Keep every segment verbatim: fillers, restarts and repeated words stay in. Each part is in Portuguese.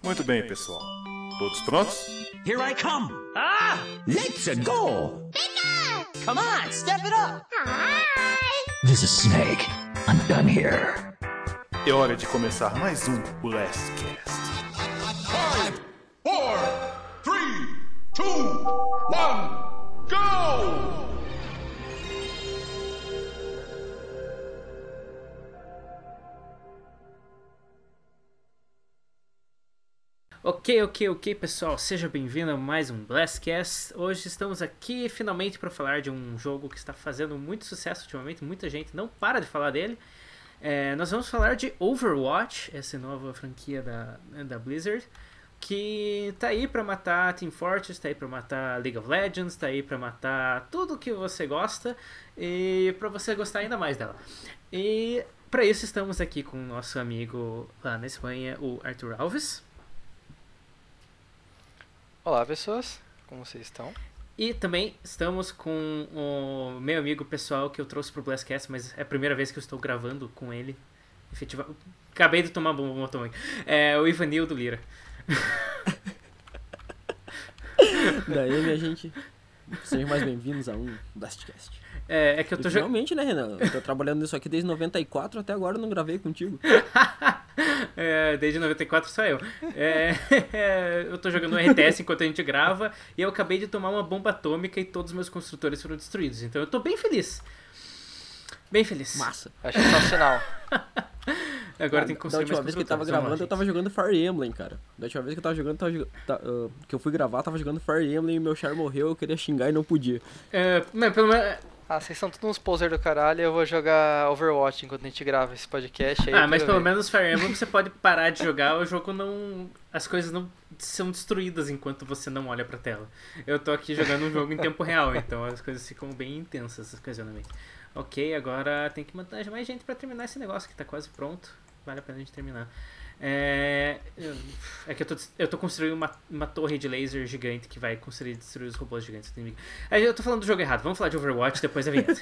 Muito bem, pessoal. Todos prontos? Here I come! Ah! Let's go! Bigger! Come on, step it up! Hi! This is Snake. I'm done here. É hora de começar mais um Blastcast. Five, four, three, two, one, go! Ok, ok, ok, pessoal, seja bem-vindo a mais um Blastcast. Hoje estamos aqui finalmente para falar de um jogo que está fazendo muito sucesso ultimamente, muita gente não para de falar dele. É, nós vamos falar de Overwatch, essa nova franquia da, da Blizzard, que tá aí para matar Team Fortress, tá aí para matar League of Legends, tá aí para matar tudo que você gosta e para você gostar ainda mais dela. E para isso estamos aqui com o nosso amigo lá na Espanha, o Arthur Alves. Olá pessoas, como vocês estão? E também estamos com o meu amigo pessoal que eu trouxe pro Blastcast, mas é a primeira vez que eu estou gravando com ele. Efetivamente. Acabei de tomar um botão aqui. É o Ivanildo Lira. Daí, minha gente, sejam mais bem-vindos a um Blastcast. É, é que eu tô jogando. Finalmente, né, Renan? Eu tô trabalhando nisso aqui desde noventa e quatro, até agora eu não gravei contigo. É, desde noventa e quatro só eu. É, é, eu tô jogando R T S enquanto a gente grava e eu acabei de tomar uma bomba atômica e todos os meus construtores foram destruídos. Então eu tô bem feliz. Bem feliz. Massa. Acho sensacional. Agora ah, tem que da construir última mais vez que eu tava construtores. gravando, eu tava jogando Fire Emblem, cara. Da última vez que eu tava jogando, tava, tá, uh, que eu fui gravar, eu tava jogando Fire Emblem e meu char morreu, eu queria xingar e não podia. É, mas pelo menos... Ah, vocês são todos uns poser do caralho, eu vou jogar Overwatch enquanto a gente grava esse podcast aí. Ah, mas pelo ver. menos Fire Emblem você pode parar de jogar, o jogo não... As coisas não são destruídas enquanto você não olha pra tela. Eu tô aqui jogando um jogo em tempo real, então as coisas ficam bem intensas ocasionalmente. Ok, agora tem que mandar mais gente pra terminar esse negócio que tá quase pronto. Vale a pena a gente terminar. É, é que eu tô, eu tô construindo uma, uma torre de laser gigante que vai construir destruir os robôs gigantes do inimigo. Aí eu tô falando do jogo errado, vamos falar de Overwatch depois da vinheta.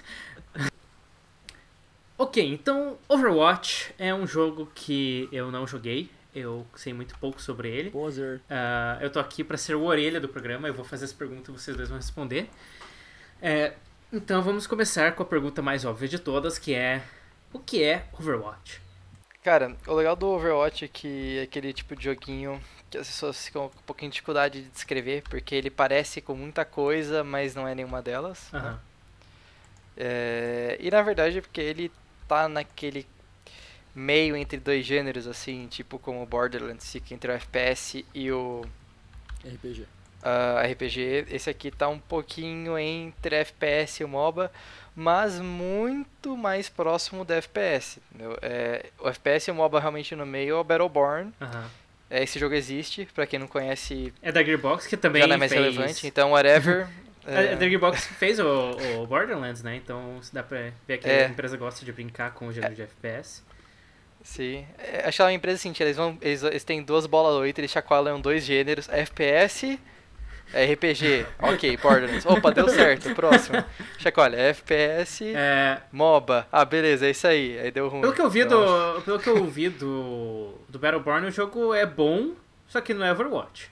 Ok, então Overwatch é um jogo que eu não joguei, eu sei muito pouco sobre ele. Poser. Uh, eu tô aqui pra ser o orelha do programa, eu vou fazer as perguntas e vocês dois vão responder. É, então vamos começar com a pergunta mais óbvia de todas, que é: o que é Overwatch? Cara, o legal do Overwatch é que é aquele tipo de joguinho que as pessoas ficam com um pouquinho de dificuldade de descrever, porque ele parece com muita coisa, mas não é nenhuma delas. Uhum. Né? É, e na verdade é porque ele tá naquele meio entre dois gêneros, assim, tipo como o Borderlands fica entre o F P S e o R P G. Uh, R P G. Esse aqui tá um pouquinho entre F P S e o MOBA, mas muito mais próximo do F P S. É, o F P S e o MOBA realmente no meio é o Battleborn. Uhum. É, esse jogo existe, pra quem não conhece, É da Gearbox, que também já não é mais fez... relevante, então whatever. É... é, A Gearbox fez o, o Borderlands, né? Então dá pra ver que É. a empresa gosta de brincar com o gênero é. de F P S. sim. É, acho que é uma empresa assim, eles, vão, eles, eles têm duas bolas oito, eles chacoalham dois gêneros, F P S... R P G, ok, Borderlands. Opa, deu certo, próximo. Chacoalha, F P S, É, MOBA. Ah, beleza, é isso aí. Aí deu ruim. pelo que eu vi, Então, do, pelo que eu ouvi do, do Battleborn, o jogo é bom, só que não é Overwatch.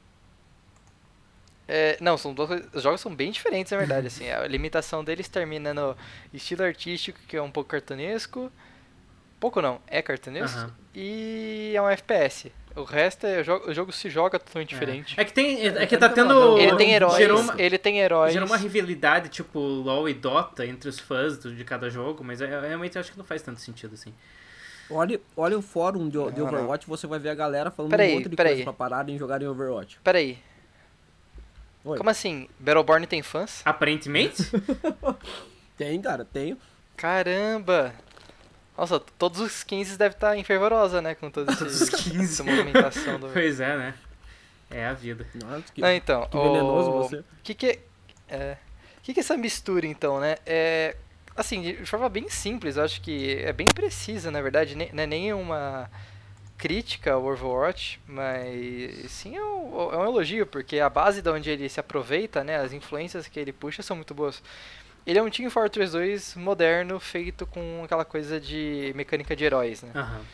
É, não, são duas coisas, os jogos são bem diferentes, na verdade. Assim, a limitação deles termina no estilo artístico, que é um pouco cartunesco. Pouco não, é cartunesco. Aham. E é um F P S. O resto, é, o, jogo, o jogo se joga totalmente diferente. É que tem, é que tá tendo... Ele tem heróis, Gerou uma, ele tem heróis. gerou uma rivalidade tipo LoL e Dota entre os fãs do, de cada jogo, mas eu, eu realmente acho que não faz tanto sentido assim. Olha, olha o fórum de, de Não, Overwatch, você vai ver a galera falando Peraí, um monte de peraí. coisa pra pararem e jogarem Overwatch. Peraí, Oi. como assim? Battleborn tem fãs? Aparentemente? Tem, cara, tem. Caramba! Nossa, todos os quinze devem estar em fervorosa, né? Com toda Todos os quinze. essa movimentação do... Pois é, né? É a vida. Nossa, que, Não, então, que venenoso o você. que que é, que que é essa mistura, então, né? É, assim, de forma bem simples, eu acho que é bem precisa, na verdade, nem, não é nem uma crítica ao Overwatch, mas sim é um, é um elogio, porque a base de onde ele se aproveita, né? As influências que ele puxa são muito boas. Ele é um Team Fortress dois moderno, feito com aquela coisa de mecânica de heróis, né? Aham.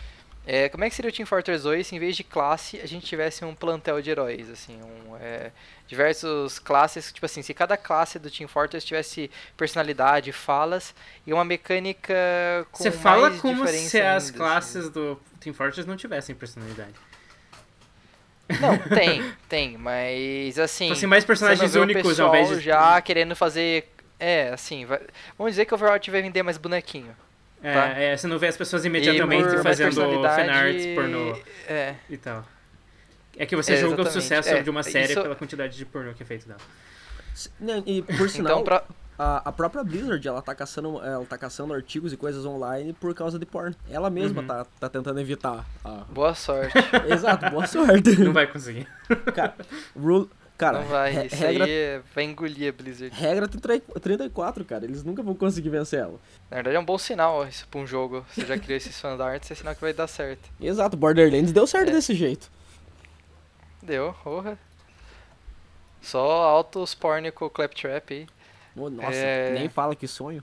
É, como é que seria o Team Fortress dois se em vez de classe a gente tivesse um plantel de heróis, assim, um, é, diversos classes, tipo assim, se cada classe do Team Fortress tivesse personalidade, falas e uma mecânica com Você fala mais como diferença se as ainda, classes assim. do Team Fortress não tivessem personalidade. Não, tem, tem, mas assim... Fossem mais personagens você não vê o únicos ao invés pessoal de... já querendo fazer... É, assim, vai, vamos dizer que o Overwatch vai vender mais bonequinho. É, tá? é, você não vê as pessoas E imediatamente por mais fazendo personalidade, fanarts pornô É, e tal. É que você É, julga o exatamente. sucesso É, de uma série isso- pela quantidade de pornô que é feito dela. S- né, E por sinal, então, pra... a, a própria Blizzard, ela tá, caçando, ela tá caçando artigos e coisas online por causa de porn. Ela mesma Uhum. tá, tá tentando evitar. A... boa sorte. Exato, boa sorte. Não vai conseguir. Cara, rule, cara Não vai, re- isso regra, aí é- vai engolir a Blizzard. regra trinta e quatro, cara. Eles nunca vão conseguir vencer ela. Na verdade é um bom sinal isso pra um jogo. Você já criou esses fanarts, é sinal que vai dar certo. Exato, Borderlands deu certo É. desse jeito. Deu, porra. Só altos porn com o Claptrap aí. Oh, nossa, É. nem fala que sonho.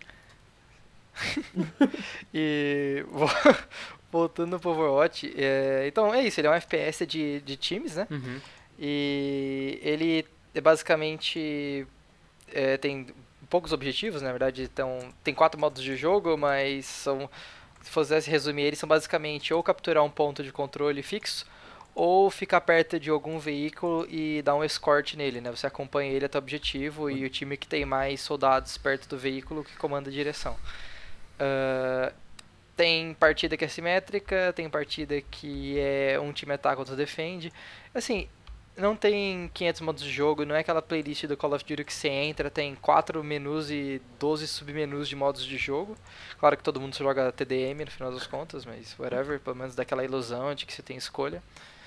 E vo- voltando pro Overwatch, é, então é isso, ele é um F P S de, de times, né? Uhum. E ele é basicamente é, tem poucos objetivos, na verdade, então tem quatro modos de jogo, mas são, se fosse resumir, eles são basicamente ou capturar um ponto de controle fixo ou ficar perto de algum veículo e dar um escort nele, né? Você acompanha ele até o objetivo e o time que tem mais soldados perto do veículo que comanda a direção. Ah, tem partida que é simétrica, tem partida que é um time ataca, outro defende. Assim, não tem quinhentos modos de jogo, não é aquela playlist do Call of Duty que você entra, tem quatro menus e doze submenus de modos de jogo. Claro que todo mundo joga T D M no final das contas, mas whatever, pelo menos dá aquela ilusão de que você tem escolha.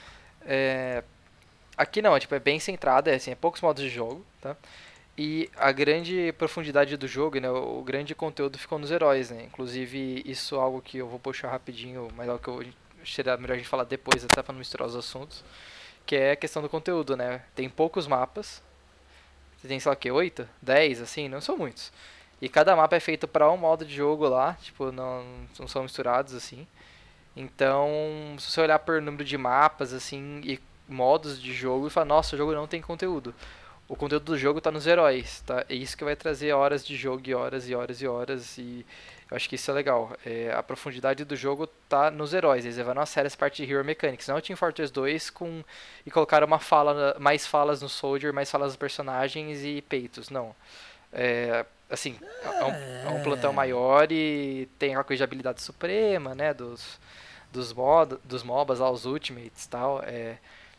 É, aqui não, é, tipo, é bem centrado, é, assim, é poucos modos de jogo, tá? E a grande profundidade do jogo, né, o, o grande conteúdo ficou nos heróis, né? Inclusive, isso é algo que eu vou puxar rapidinho, mas é algo que eu seria melhor a gente falar depois, até para não misturar os assuntos, que é a questão do conteúdo, né? Tem poucos mapas, você tem, sei lá o que, oito, dez, assim, não são muitos. E cada mapa é feito para um modo de jogo lá, tipo, não, não são misturados, assim. Então, se você olhar por número de mapas, assim, e modos de jogo, e falar, nossa, o jogo não tem conteúdo. O conteúdo do jogo tá nos heróis, tá? É isso que vai trazer horas de jogo e horas e horas e horas, e eu acho que isso é legal. É, a profundidade do jogo tá nos heróis, eles levaram a sério essa parte de Hero Mechanics. Não tinha Fortress dois com, e colocaram uma fala, mais falas no Soldier, mais falas nos personagens e peitos, não. É, assim, é um, é um plantão maior e tem aquela coisa de habilidade suprema, né, dos, dos, mod, dos MOBAs lá, os Ultimates e tal, é,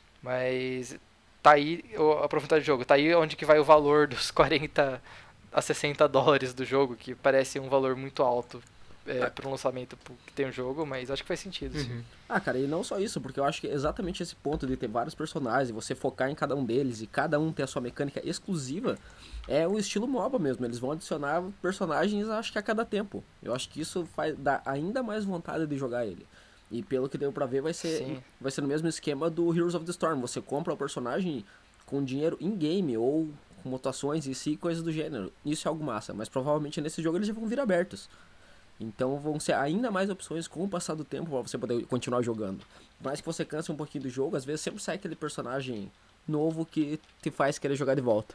mas tá aí a profundidade do jogo, tá aí onde que vai o valor dos quarenta a sessenta dólares do jogo, que parece um valor muito alto é, para um lançamento que tem um jogo, mas acho que faz sentido, sim. Uhum. Ah, cara, e não só isso, porque eu acho que exatamente esse ponto de ter vários personagens, você focar em cada um deles e cada um ter a sua mecânica exclusiva, é o estilo MOBA mesmo. Eles vão adicionar personagens, acho que a cada tempo. Eu acho que isso faz, dá ainda mais vontade de jogar ele. E pelo que deu pra ver, vai ser, Sim. vai ser no mesmo esquema do Heroes of the Storm. Você compra o personagem com dinheiro in-game ou com mutações em si, coisas do gênero. Isso é algo massa, mas provavelmente nesse jogo eles já vão vir abertos. Então vão ser ainda mais opções com o passar do tempo pra você poder continuar jogando. Por mais que você canse um pouquinho do jogo, às vezes sempre sai aquele personagem novo que te faz querer jogar de volta.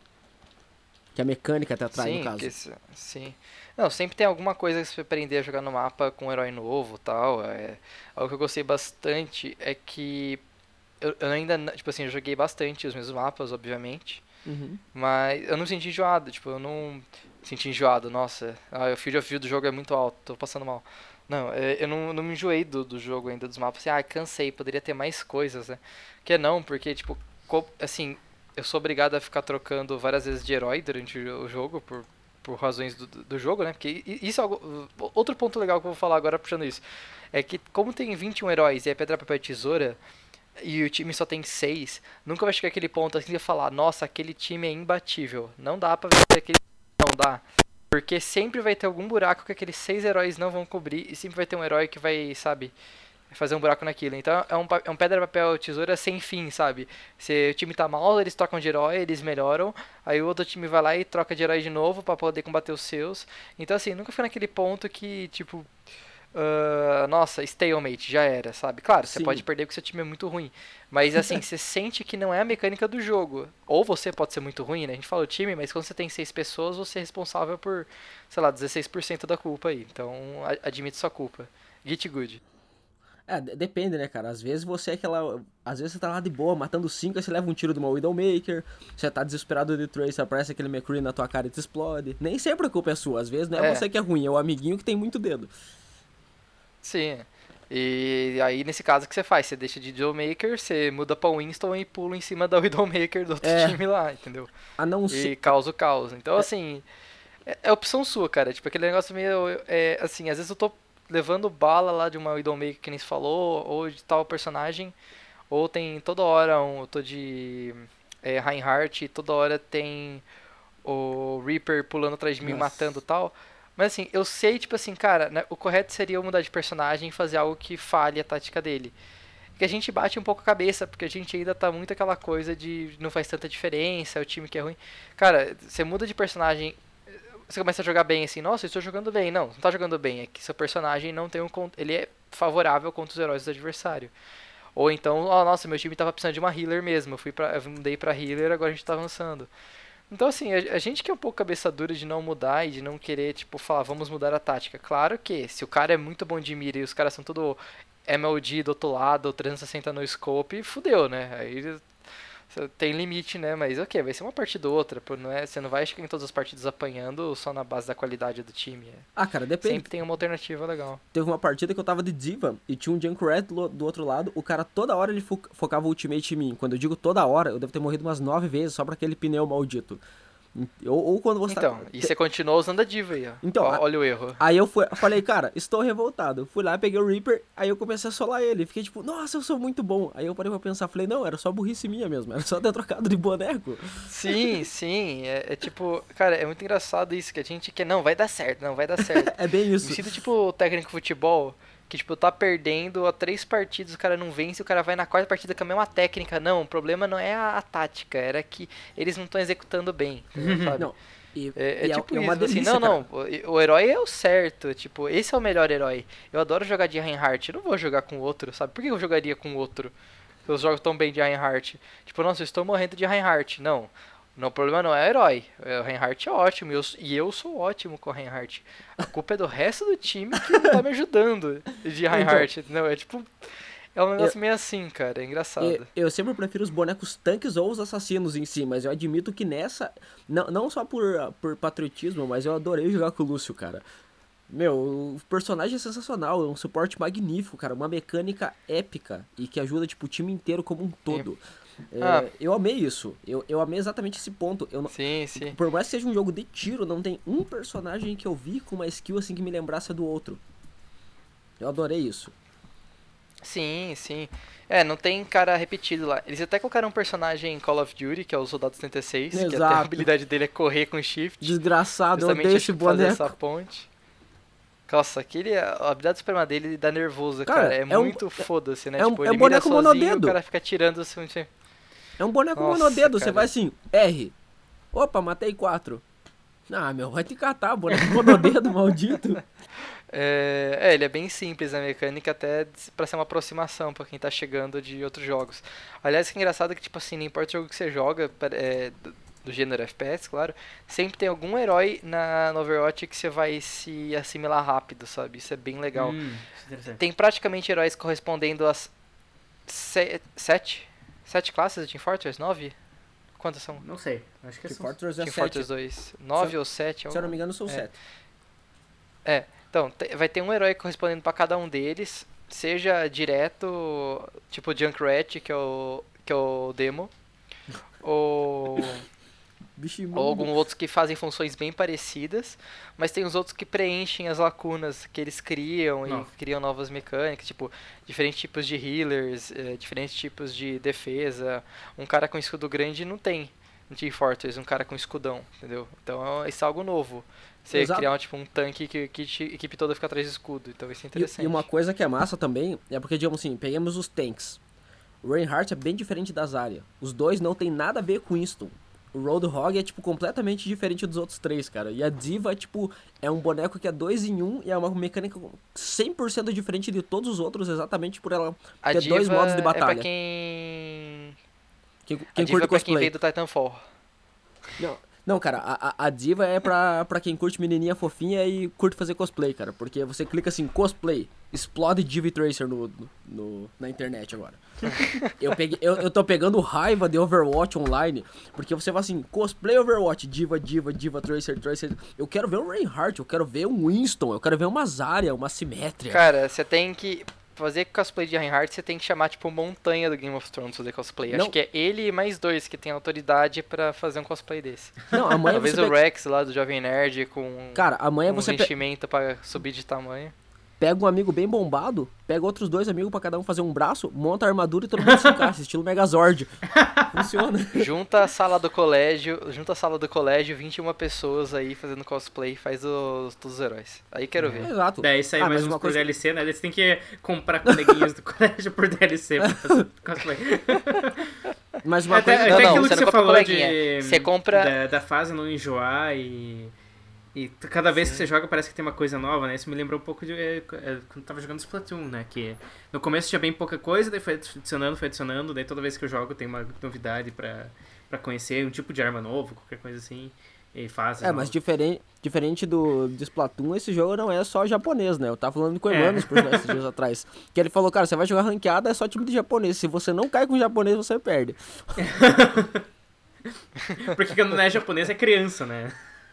Que a mecânica te atrai, Sim, no caso. que esse- sim. Não, sempre tem alguma coisa que você aprender a jogar no mapa com um herói novo e tal. É, algo que eu gostei bastante é que eu, eu ainda, n- tipo assim, eu joguei bastante os mesmos mapas, obviamente, Uhum. mas eu não senti enjoado, tipo, eu não senti enjoado, nossa, ah, o field of view do jogo é muito alto, tô passando mal. Não, é, eu não, não me enjoei do, do jogo ainda, dos mapas, assim, ah, cansei, poderia ter mais coisas, né? Que não, porque, tipo, co- assim, eu sou obrigado a ficar trocando várias vezes de herói durante o o jogo, por, por razões do, do do jogo, né? Porque i- isso é algo, outro ponto legal que eu vou falar agora puxando isso, é que como tem vinte e um heróis e é pedra, papel e tesoura, e o time só tem seis, nunca vai chegar aquele ponto assim de falar, nossa, aquele time é imbatível. Não dá pra ver aquele... Não dá. Porque sempre vai ter algum buraco que aqueles seis heróis não vão cobrir, e sempre vai ter um herói que vai, sabe, fazer um buraco naquilo. Então é um, pa- é um pedra, papel, tesoura sem fim, sabe? Se o time tá mal, eles trocam de herói, eles melhoram, aí o outro time vai lá e troca de herói de novo pra poder combater os seus. Então assim, nunca fica naquele ponto que, tipo... uh, nossa, stalemate, já era, sabe? Claro, você Sim. pode perder porque seu time é muito ruim. Mas assim, você sente que não é a mecânica do jogo. Ou você pode ser muito ruim, né? A gente fala o time, mas quando você tem seis pessoas, você é responsável por, sei lá, dezesseis por cento da culpa aí. Então, a- admite sua culpa. Get good. É, de- depende, né, cara? Às vezes você é aquela. Às vezes você tá lá de boa, matando cinco, aí você leva um tiro de uma Widowmaker, você tá desesperado de Tracer, aparece aquele McCree na tua cara e te explode. Nem sempre a culpa é sua, às vezes não é, É. você que é ruim, é o amiguinho que tem muito dedo. Sim. E aí, nesse caso, o que você faz? Você deixa de Widowmaker, você muda pra Winston e pula em cima da Widowmaker do outro É. time lá, entendeu? A não E ser. causa o caos. Então, assim, é, é opção sua, cara. Tipo, aquele negócio meio, é, assim, às vezes eu tô levando bala lá de uma Widowmaker que nem se falou, ou de tal personagem, ou tem toda hora um, eu tô de é, Reinhardt e toda hora tem o Reaper pulando atrás de mim, Nossa. matando e tal. Mas assim, eu sei, tipo assim, cara, né, o correto seria eu mudar de personagem e fazer algo que falhe a tática dele. Que a gente bate um pouco a cabeça, porque a gente ainda tá muito aquela coisa de não faz tanta diferença, é o time que é ruim. Cara, você muda de personagem, você começa a jogar bem assim, nossa, eu estou jogando bem. Não, não tá jogando bem, é que seu personagem não tem um con- ele é favorável contra os heróis do adversário. Ou então, ó, nossa, meu time tava precisando de uma healer mesmo, eu fui pra, eu mudei pra healer, agora a gente tá avançando. Então, assim, a, a gente que é um pouco cabeça dura de não mudar e de não querer, tipo, falar, vamos mudar a tática. Claro que, se o cara é muito bom de mira e os caras são tudo M L G do outro lado, trezentos e sessenta no scope, fudeu, né? Aí você tem limite, né? Mas ok, vai ser uma partida ou outra, pô, não é, você não vai chegar em todas as partidas apanhando só na base da qualidade do time. É. Ah, cara, depende. Sempre tem uma alternativa legal. Teve uma partida que eu tava de diva e tinha um Junkrat do, do outro lado, o cara toda hora ele fo- focava o ultimate em mim. Quando eu digo toda hora, eu devo ter morrido umas nove vezes só pra aquele pneu maldito. Ou, ou quando você Então, tá... e você continuou usando a diva aí, ó. Então, Ó, a- olha o erro. Aí eu fui, falei, cara, estou revoltado. Fui lá, peguei o Reaper, aí eu comecei a solar ele. Fiquei tipo, nossa, eu sou muito bom. Aí eu parei pra pensar, falei, não, era só burrice minha mesmo, era só ter trocado de boneco. Sim, sim, é, é tipo, cara, é muito engraçado isso, que a gente quer, não, vai dar certo, não, vai dar certo. É bem isso. Me sinto tipo o técnico de futebol, que tipo, tá perdendo a três partidas, o cara não vence, o cara vai na quarta partida com a mesma técnica. Não, o problema não é a, a tática, era que eles não estão executando bem, sabe? Não, e, É, é e tipo é uma isso, assim, delícia, não, cara. não, o, o herói é o certo, tipo, esse é o melhor herói. Eu adoro jogar de Reinhardt, eu não vou jogar com outro, sabe? Por que eu jogaria com outro? Eu jogo tão bem de Reinhardt. Tipo, nossa, eu estou morrendo de Reinhardt. Não, não, o problema não é o herói. O Reinhardt é ótimo, e eu, e eu sou ótimo com o Reinhardt. A culpa é do resto do time que não tá me ajudando de Reinhardt, não, é tipo... É um negócio meio assim, cara, é engraçado. Eu, eu sempre prefiro os bonecos tanques ou os assassinos em si, mas eu admito que nessa, não, não só por, por patriotismo, mas eu adorei jogar com o Lúcio, cara. Meu, o personagem é sensacional, é um suporte magnífico, cara, uma mecânica épica e que ajuda, tipo, o time inteiro como um todo. É, Ah. Eu amei isso, eu, eu amei exatamente esse ponto. Eu não, Sim, sim. por mais que seja um jogo de tiro, não tem um personagem que eu vi com uma skill assim que me lembrasse do outro. Eu adorei isso. Sim, sim. É, não tem cara repetido lá. Eles até colocaram um personagem em Call of Duty, que é o Soldado setenta e seis, que até a Exato. habilidade dele é correr com shift. Desgraçado, eu Justamente odeio acho esse que fazer boneco. essa ponte. Nossa, aquele, a habilidade suprema dele dá nervoso, Cara, cara. É, é um- muito foda-se, né? é um- tipo, é um ele mira boneco sozinho, monodedo. o cara fica tirando assim. É um boneco Nossa, monodedo, você cara. vai assim, R. Opa, matei quatro. Ah, meu, vai te catar, boneco monodedo, maldito. É, é, ele é bem simples a mecânica, até pra ser uma aproximação pra quem tá chegando de outros jogos. Aliás, que engraçado que, tipo assim, não importa o jogo que você joga, é, do, do gênero F P S, claro, sempre tem algum herói na no Overwatch que você vai se assimilar rápido, sabe? Isso é bem legal. Hum, isso é interessante. Tem praticamente heróis correspondendo às se- sete, sete classes de Team Fortress? Nove? Quantas são? Não sei, acho que é Team só... Fortress é Team sete. Fortress dois. Nove Se- ou sete? Se eu não me engano, são É. sete. É, então, te- vai ter um herói correspondendo pra cada um deles, seja direto, tipo Junkrat, que é o, que é o demo, ou, Bicho ou imundo. alguns outros que fazem funções bem parecidas, mas tem os outros que preenchem as lacunas que eles criam Não. e criam novas mecânicas, tipo, diferentes tipos de healers, eh, diferentes tipos de defesa. Um cara com escudo grande não tem no Team Fortress, um cara com escudão, entendeu? Então, isso é algo novo. Você Exato. criar tipo, um tanque que, que a equipe toda fica atrás do escudo. Então isso é E, interessante. e uma coisa que é massa também é porque, digamos assim, peguemos os tanks. O Reinhardt é bem diferente da Zarya. Os dois não tem nada a ver com Winston. o Roadhog é, tipo, completamente diferente dos outros três, cara. E a D.Va, tipo, é um boneco que é dois em um e é uma mecânica cem por cento diferente de todos os outros, exatamente por ela A ter dois modos de é batalha. pra quem... Quem, A quem D.Va curte é pra quem cosplay. veio do Titanfall. Não, não, cara, a, a- a D.Va é pra, pra quem curte menininha fofinha e curte fazer cosplay, cara. Porque você clica assim, cosplay, explode D.Va Tracer no, no, na internet agora. eu, peguei, eu, eu tô pegando raiva de Overwatch Online, porque você vai assim, cosplay Overwatch, D.Va, D.Va, D.Va Tracer, Tracer. Eu quero ver um Reinhardt, eu quero ver um Winston, eu quero ver uma Zarya, uma Symmetria. Cara, você tem que... Fazer cosplay de Reinhardt, você tem que chamar, tipo, montanha do Game of Thrones fazer cosplay. Não. Acho que é ele e mais dois que tem autoridade pra fazer um cosplay desse. Não, amanhã Talvez você o pega... Rex lá do Jovem Nerd com Cara, amanhã um você pe- enchimento pra subir de tamanho. pega um amigo bem bombado, pega outros dois amigos pra cada um fazer um braço, monta a armadura e todo mundo se encaixa, estilo Megazord. Funciona. Junta a sala do colégio, junta a sala do colégio, vinte e uma pessoas aí fazendo cosplay, faz os, todos os heróis. Aí quero ver. Exato. Daí sai Ah, mais mas uns uma por coisa- D L C, né? Daí você tem que comprar coleguinhas do colégio por D L C pra fazer cosplay. Mas uma Até, coisa... até Não, não, aquilo você que não você compra falou coleguinha. de, Você compra- da, da fase não enjoar e... E t- cada vez que você joga parece que tem uma coisa nova, né? Isso me lembrou um pouco de é, é, quando eu tava jogando Splatoon, né? Que no começo tinha bem pouca coisa, daí foi adicionando, foi adicionando, daí toda vez que eu jogo tem uma novidade pra, pra conhecer, um tipo de arma novo, qualquer coisa assim, e fase É, mas diferente, diferente do de Splatoon, esse jogo não é só japonês, né? Eu tava falando com o Evandro por esses dias atrás. Que ele falou, cara, você vai jogar ranqueada, é só time de japonês. Se você não cai com japonês, você perde. Porque quando não é japonês é criança, né?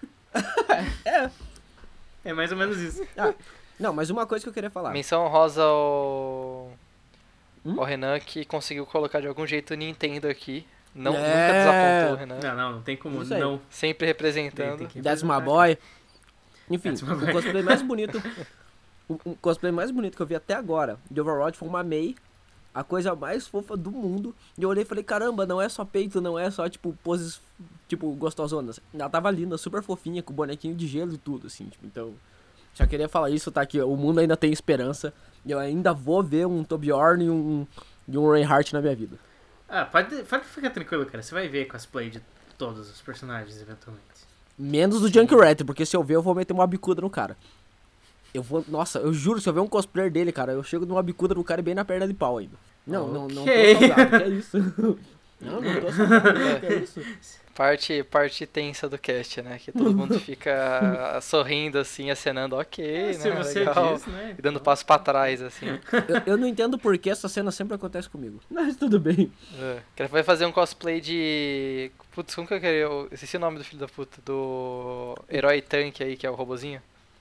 é. É mais ou menos isso. Ah, não, mas uma coisa que eu queria falar. Menção honrosa ao... Hum? ao Renan, que conseguiu colocar de algum jeito o Nintendo aqui. Não, É. Nunca desapontou o Renan. Não, não, não tem como Isso aí. não. Sempre representando. Tem que- That's my boy. Enfim, That's my o boy. cosplay mais bonito. O, o cosplay mais bonito que eu vi até agora de Overwatch foi uma Mei. A coisa mais fofa do mundo. E eu olhei e falei, caramba, não é só peito, não é só, tipo, poses, tipo, gostosonas. Ela tava linda, super fofinha, com bonequinho de gelo e tudo, assim, tipo, então... Só queria falar isso, tá? Que o mundo ainda tem esperança. E eu ainda vou ver um Torbjorn e um, e um Reinhardt na minha vida. Ah, pode, pode ficar tranquilo, cara. Você vai ver cosplay de todos os personagens, eventualmente. Menos do Junkrat, porque se eu ver, eu vou meter uma bicuda no cara. Eu vou... Nossa, eu juro, se eu ver um cosplayer dele, cara, eu chego numa bicuda no cara e bem na perna de pau ainda. Não, não, não Ok. tô salgado, que é isso? Não, não tô salgado, que é isso? Parte, parte tensa do cast, né? Que todo mundo fica sorrindo assim, acenando, ok, Se né? você Legal. diz, né? E dando passo pra trás, assim. Eu, eu não entendo por que essa cena sempre acontece comigo. Mas tudo bem. É. Que vai fazer um cosplay de... Putz, como que eu queria... Eu esqueci o nome do filho da puta. Do herói tanque aí, que é o robozinho.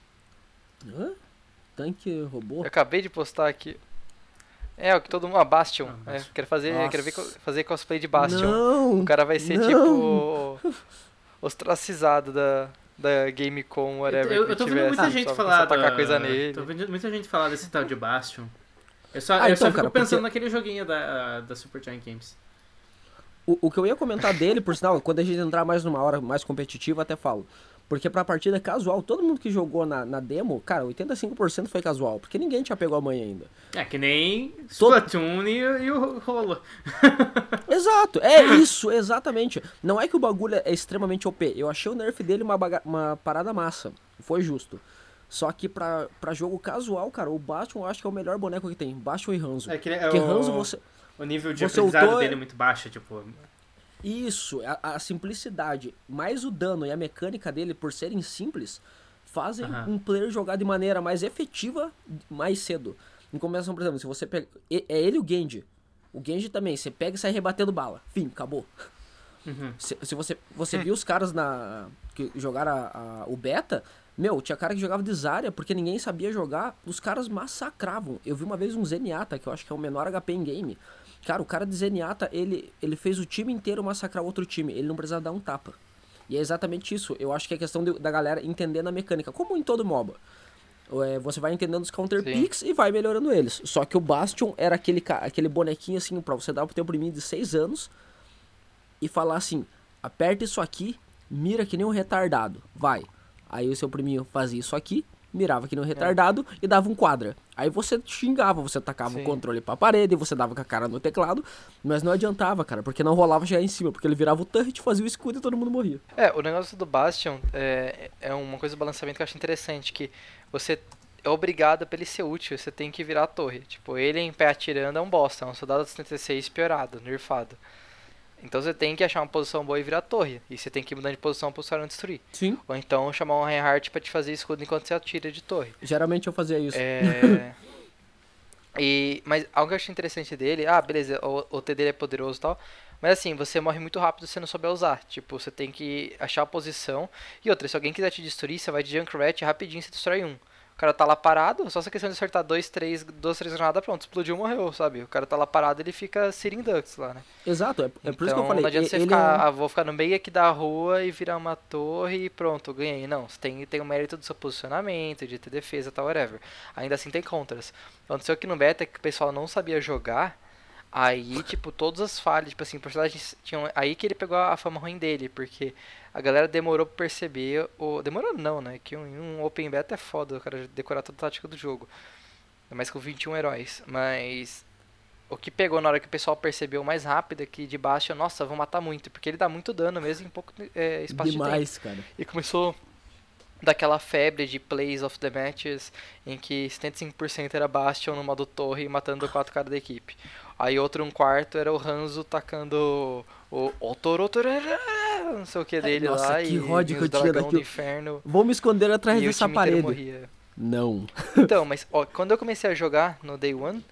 Hã? Tanque robô? Eu acabei de postar aqui. É, o que todo mundo... Ah, Bastion. Ah, É, Bastion. quero fazer, Nossa. quero ver, co- fazer cosplay de Bastion. Não! O cara vai ser não. tipo... ostracizado da, da Gamecom, whatever. Eu, eu, que eu tô vendo tiver, muita sabe? gente Só falar. atacar da- coisa nele. Tô vendo muita gente falar desse tal de Bastion. Eu só, Ah, eu então, só fico cara, pensando porque- naquele joguinho da, da Super Giant Games. O, o que eu ia comentar dele, por sinal, quando a gente entrar mais numa hora mais competitiva, até falo. Porque pra partida casual, todo mundo que jogou na, na demo, cara, oitenta e cinco por cento foi casual. Porque ninguém tinha pegou a manha ainda. É, que nem Todo- Splatoon e, e o rolo. Exato, é isso, exatamente. Não é que o bagulho é extremamente O P. Eu achei o nerf dele uma, baga- uma parada massa. Foi justo. Só que pra, pra jogo casual, cara, o Bastion eu acho que é o melhor boneco que tem. Bastion e Hanzo. É que é Porque o, Hanzo você... o nível de você aprendizado ultou- dele é muito baixo, tipo... Isso, a, a simplicidade, mais o dano e a mecânica dele, por serem simples, fazem Aham. um player jogar de maneira mais efetiva mais cedo. Em compensação, por exemplo, se você pega... e- É ele e o Genji. O Genji também, você pega e sai rebatendo bala. Fim, acabou. Uhum. Se, se você, você viu os caras na que jogaram a- a- o beta, meu, tinha cara que jogava de Zarya porque ninguém sabia jogar, os caras massacravam. Eu vi uma vez um Zenyatta, que eu acho que é o menor H P em game. Cara, o cara de Zenyatta, ele, ele fez o time inteiro massacrar o outro time, ele não precisava dar um tapa. E é exatamente isso, eu acho que é questão de- da galera entendendo a mecânica, como em todo MOBA. É, você vai entendendo os counter Sim. picks e vai melhorando eles. Só que o Bastion era aquele, ca- aquele bonequinho assim, pra você dar pro teu priminho de seis anos e falar assim, aperta isso aqui, mira que nem um retardado, vai. Aí o seu priminho fazia isso aqui, mirava que nem um retardado é. e dava um quadra. Aí você xingava, você tacava Sim. o controle pra parede, você dava com a cara no teclado, mas não adiantava, cara, porque não rolava chegar em cima, porque ele virava o turret, fazia o escudo e todo mundo morria. É, o negócio do Bastion é, é uma coisa do balanceamento que eu acho interessante, que você é obrigado pra ele ser útil, você tem que virar a torre. Tipo, ele em pé atirando é um bosta, é um soldado setenta e seis piorado, nerfado. Então você tem que achar uma posição boa e virar a torre. E você tem que ir mudando de posição pro cara não destruir. Sim. Ou então chamar um Reinhardt pra te fazer escudo enquanto você atira de torre. Geralmente eu fazia isso. É... e... Mas algo que eu achei interessante dele... Ah, beleza, o, o T dele é poderoso e tal. Mas assim, você morre muito rápido se você não souber usar. Tipo, você tem que achar a posição. E outra, se alguém quiser te destruir, você vai de Junkrat rapidinho e você destrói um. O cara tá lá parado, só essa questão de acertar dois, três, duas, três granadas, pronto, explodiu, morreu, sabe? O cara tá lá parado, ele fica sitting ducks lá, né? Exato, é, é então, por isso que eu falei. Não adianta você ele ficar, é... ah, vou ficar no meio aqui da rua e virar uma torre e pronto, ganhei. Não, você tem, tem o mérito do seu posicionamento, de ter defesa e tal, whatever. Ainda assim tem contras. Aconteceu aqui no beta que o pessoal não sabia jogar, aí, tipo, todas as falhas, tipo assim, personagens tinham... Aí que ele pegou a fama ruim dele, porque... A galera demorou pra perceber, o... demorou não, né, que um, um Open Beta é foda, o cara decorar toda a tática do jogo, mais com vinte e um heróis, mas o que pegou na hora que o pessoal percebeu mais rápido é que de baixo, nossa, vão matar muito, porque ele dá muito dano mesmo em pouco é, espaço Demais, de tempo. cara. E começou daquela febre de plays of the matches, em que setenta e cinco por cento era Bastion no modo torre, matando quatro caras da equipe. Aí outro um quarto era o Hanzo tacando o Otorotor, não sei o que dele. Nossa, lá. Que e ódio que eu tinha dragão do daquilo. inferno. Vou me esconder atrás e dessa o time inteiro parede. Morria. Não. Então, mas ó, quando eu comecei a jogar no Day One,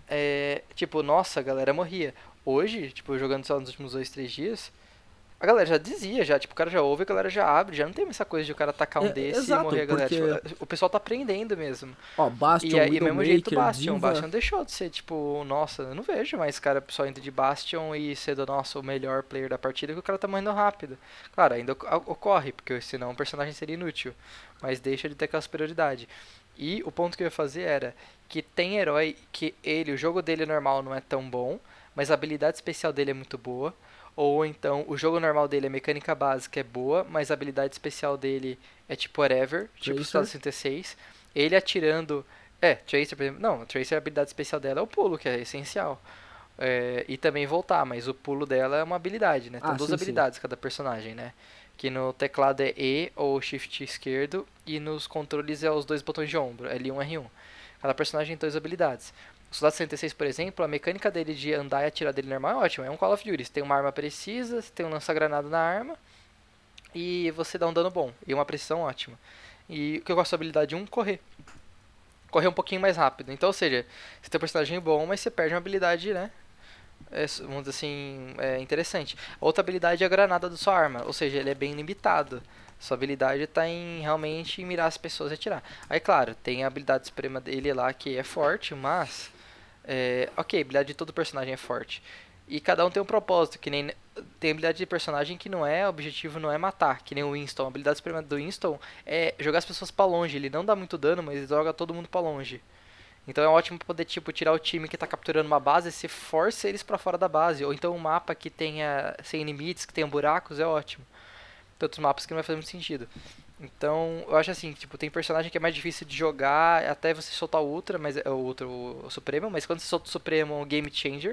é, tipo, nossa, a galera morria. Hoje, tipo, jogando só nos últimos dois, três dias, a galera já dizia, já, tipo, o cara já ouve, a galera já abre, já não tem essa coisa de o cara atacar um É, desse exato, e morrer a galera. porque- Tipo, o pessoal tá aprendendo mesmo. Ó, Bastion, E aí, do mesmo jeito, o Widowmaker, Bastion. O Diva... Bastion deixou de ser, tipo, nossa, eu não vejo mais cara, pessoal indo de Bastion e sendo, nossa, o melhor player da partida, que o cara tá morrendo rápido. Claro, ainda oc- ocorre, porque senão o personagem seria inútil, mas deixa de ter aquela superioridade. E o ponto que eu ia fazer era que tem herói que ele, o jogo dele normal não é tão bom, mas a habilidade especial dele é muito boa. Ou então, o jogo normal dele, a mecânica básica é boa, mas a habilidade especial dele é tipo whatever, tipo o Soldado sessenta e seis. Ele atirando... É, Tracer, por exemplo... Não, a Tracer, a habilidade especial dela é o pulo, que é essencial. É, e também voltar, mas o pulo dela é uma habilidade, né? Tem Ah, duas sim, habilidades cada personagem, né? Que no teclado é E ou Shift esquerdo, e nos controles é os dois botões de ombro, L um e R um. Cada personagem tem duas habilidades. O Soldado sessenta e seis, por exemplo, a mecânica dele de andar e atirar dele normal é ótima. É um Call of Duty. Você tem uma arma precisa, você tem um lança-granada na arma e você dá um dano bom. E uma precisão ótima. E o que eu gosto da habilidade um, correr. Correr um pouquinho mais rápido. Então, ou seja, você tem um personagem bom, mas você perde uma habilidade, né? É, vamos dizer assim, é interessante. A outra habilidade é a granada da sua arma. Ou seja, ele é bem limitado. Sua habilidade está em realmente mirar as pessoas e atirar. Aí, claro, tem a habilidade suprema dele lá que é forte, mas... É, ok, a habilidade de todo personagem é forte. E cada um tem um propósito, que nem... Tem habilidade de personagem que não é, o objetivo não é matar, que nem o Winston. A habilidade suprema do Winston é jogar as pessoas pra longe. Ele não dá muito dano, mas ele joga todo mundo pra longe. Então é ótimo pra poder, tipo, tirar o time que tá capturando uma base e você força eles pra fora da base. Ou então um mapa que tenha sem limites, que tenha buracos, é ótimo. Tem outros mapas que não vai fazer muito sentido. Então, eu acho assim, tipo, tem personagem que é mais difícil de jogar até você soltar o Ultra, mas é o Ultra, o, o Supremo, mas quando você solta o Supremo é um Game Changer.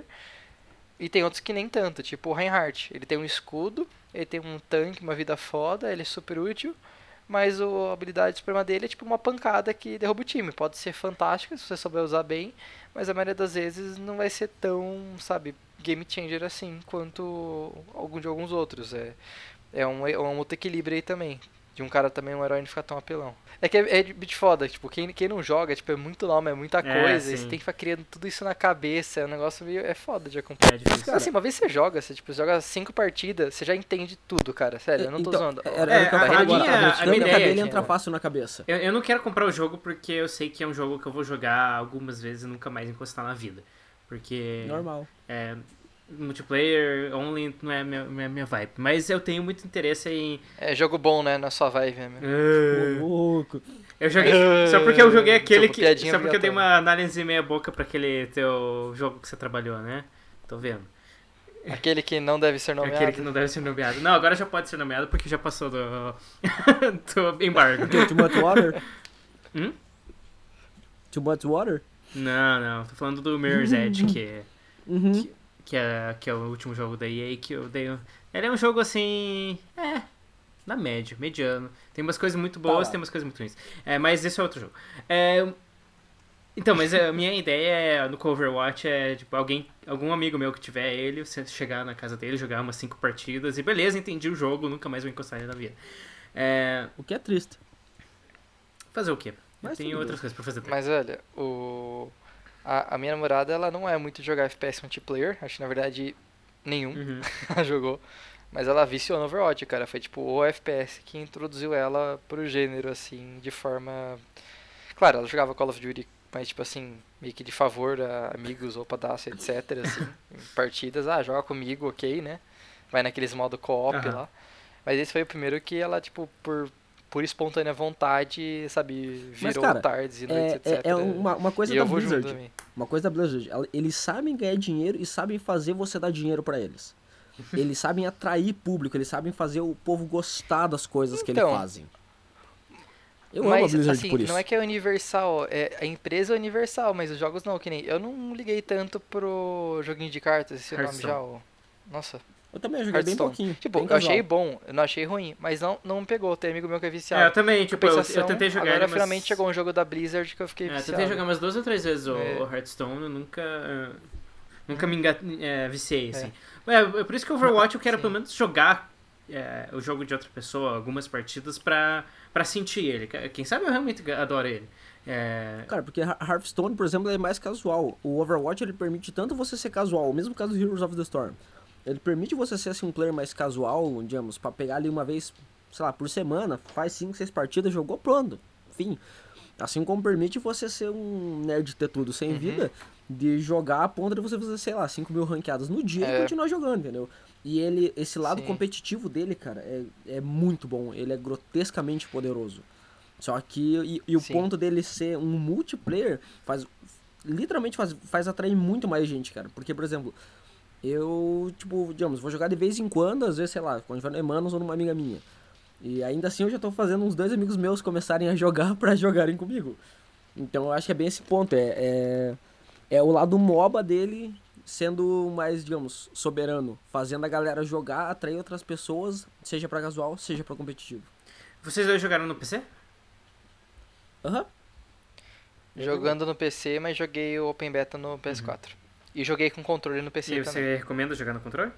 E tem outros que nem tanto, tipo o Reinhardt. Ele tem um escudo, ele tem um tanque, uma vida foda, ele é super útil, mas o, a habilidade suprema dele é tipo uma pancada que derruba o time. Pode ser fantástica se você souber usar bem, mas a maioria das vezes não vai ser tão, sabe, Game Changer assim quanto algum de alguns outros. É, é, um, é um outro equilíbrio aí também. De um cara também, um herói não ficar tão apelão. É que é, é de foda, tipo, quem, quem não joga, tipo, é muito nome, é muita coisa, É, e você tem que ficar criando tudo isso na cabeça, é um negócio meio, é foda de acompanhar. É difícil. Assim, uma vez você joga, você tipo, joga cinco partidas, você já entende tudo, cara, sério, eu não tô Então, zoando. Era, É, era o que eu a- ia falar a agora. minha- A a minha mecânica ideia dele aqui, entra ó. fácil na cabeça. Eu, eu não quero comprar o jogo porque eu sei que é um jogo que eu vou jogar algumas vezes e nunca mais encostar na vida. Porque Normal. é, multiplayer only não é minha, minha, minha vibe. Mas eu tenho muito interesse em... É jogo bom, né, na sua vibe, né? Uh, Ô, louco. eu joguei... Só porque eu joguei aquele Tipo, que... piadinha Só porque eu dei obrigatória. uma análise meia boca pra aquele teu jogo que você trabalhou, né? Tô vendo. Aquele que não deve ser nomeado. Aquele que não deve ser nomeado. Não, agora já pode ser nomeado porque já passou do, do embargo. Ultimate Water? Hum? Too Much Water? Não, não. Tô falando do Mirror's Edge, que é, Uhum. que, que, é, que é o último jogo da E A que eu dei. um- Ele é um jogo assim. É. Na média, mediano. Tem umas coisas muito boas, lá. tem umas coisas muito ruins. É, mas esse é outro jogo. É, então, mas a minha ideia é, no Overwatch é, tipo, alguém, algum amigo meu que tiver ele, você chegar na casa dele, jogar umas cinco partidas e beleza, entendi o jogo, nunca mais vou encostar ele na vida. É, O que é triste. fazer o quê? Eu Mas tenho tudo outras bem. coisas pra fazer. Mas olha, o... a, a minha namorada, ela não é muito de jogar F P S multiplayer. Acho que, na verdade, nenhum Uhum. ela jogou. Mas ela viciou no Overwatch, cara. Foi, tipo, o F P S que introduziu ela pro gênero, assim, de forma... Claro, ela jogava Call of Duty, mas, tipo assim, meio que de favor a amigos ou pra dar, etcétera, assim, em partidas. Ah, joga comigo, ok, né? Vai naqueles modo co-op Aham. lá. Mas esse foi o primeiro que ela, tipo, por... por espontânea vontade, sabe, Mas, virou cara, tardes e noites, É, etcétera. é, é uma, uma coisa e da eu vou junto Blizzard. também. Uma coisa da Blizzard. ela- Eles sabem ganhar dinheiro e sabem fazer você dar dinheiro pra eles. Eles sabem atrair público, eles sabem fazer o povo gostar das coisas que Então, eles fazem. Eu amo a Mas, Blizzard assim, por isso. não é que é universal, é, a empresa é universal, mas os jogos não, que nem... Eu não liguei tanto pro joguinho de cartas, esse é o nome já, o... Nossa, Eu também joguei bem Hearthstone. pouquinho. Tipo, bem eu achei casual. bom, eu não achei ruim, mas não, não me pegou, tem amigo meu que é É, eu viciado. também, tipo, eu, eu Compensação, tentei jogar agora ele, finalmente mas... chegou um jogo da Blizzard que eu fiquei É, eu viciado. tentei jogar umas duas ou três vezes o, É. o Hearthstone, eu nunca, eh, nunca me enga- é, viciei, assim. É. é por isso que o Overwatch eu quero Sim. pelo menos jogar é, o jogo de outra pessoa, algumas partidas, pra, pra sentir ele. Quem sabe eu realmente adoro ele. É, Cara, porque Har- Hearthstone, por exemplo, é mais casual. O Overwatch, ele permite tanto você ser casual, o mesmo caso do Heroes of the Storm. Ele permite você ser assim, um player mais casual, digamos, pra pegar ali uma vez, sei lá, por semana, faz cinco, seis partidas, jogou, pronto. Enfim. Assim como permite você ser um nerd ter tudo sem Uhum. vida, de jogar a ponto de você fazer, sei lá, cinco mil ranqueadas no dia É. e continuar jogando, entendeu? E ele, esse lado Sim. competitivo dele, cara, é, é muito bom. Ele é grotescamente poderoso. Só que, e, e o Sim. ponto dele ser um multiplayer faz, literalmente faz, faz atrair muito mais gente, cara. Porque, por exemplo, eu, tipo, digamos, vou jogar de vez em quando, às vezes, sei lá, quando tiver no Emanos ou numa amiga minha. E ainda assim eu já tô fazendo uns dois amigos meus começarem a jogar pra jogarem comigo. Então eu acho que é bem esse ponto, é, é, é o lado MOBA dele sendo mais, digamos, soberano, fazendo a galera jogar, atrair outras pessoas, seja pra casual, seja pra competitivo. vocês dois jogaram no P C? Aham. Jogando no P C, mas joguei o Open Beta no P S quatro. E joguei com controle no P C E também. você recomenda jogar no controle?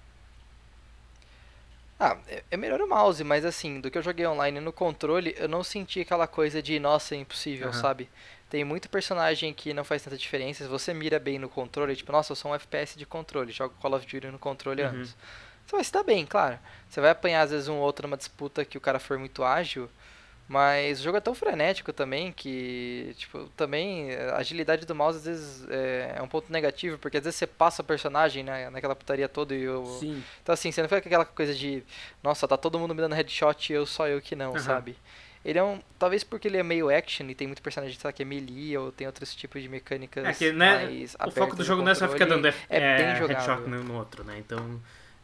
Ah, é- é melhor o mouse, mas assim, do que eu joguei online no controle, eu não senti aquela coisa de, nossa, é impossível, Aham. sabe? Tem muito personagem que não faz tanta diferença. Se você mira bem no controle, tipo, nossa, eu sou um F P S de controle, jogo Call of Duty no controle há Uhum. anos. Você vai se dar bem, claro. Você vai apanhar às vezes um ou outro numa disputa que o cara for muito ágil, mas o jogo é tão frenético também que, tipo, também a agilidade do mouse às vezes é, é um ponto negativo, porque às vezes você passa o personagem, né, naquela putaria toda e o... Sim. Então assim, você não fica com aquela coisa de, nossa, tá todo mundo me dando headshot e eu só eu que não, Aham. sabe? Ele é um, talvez porque ele é meio action e tem muito personagem, sei lá, que é melee ou tem outros tipos de mecânicas É que, né, mais o foco abertas do jogo no não é só ficar controle. dando F- é é, bem jogável. headshot no, no outro, né? Então...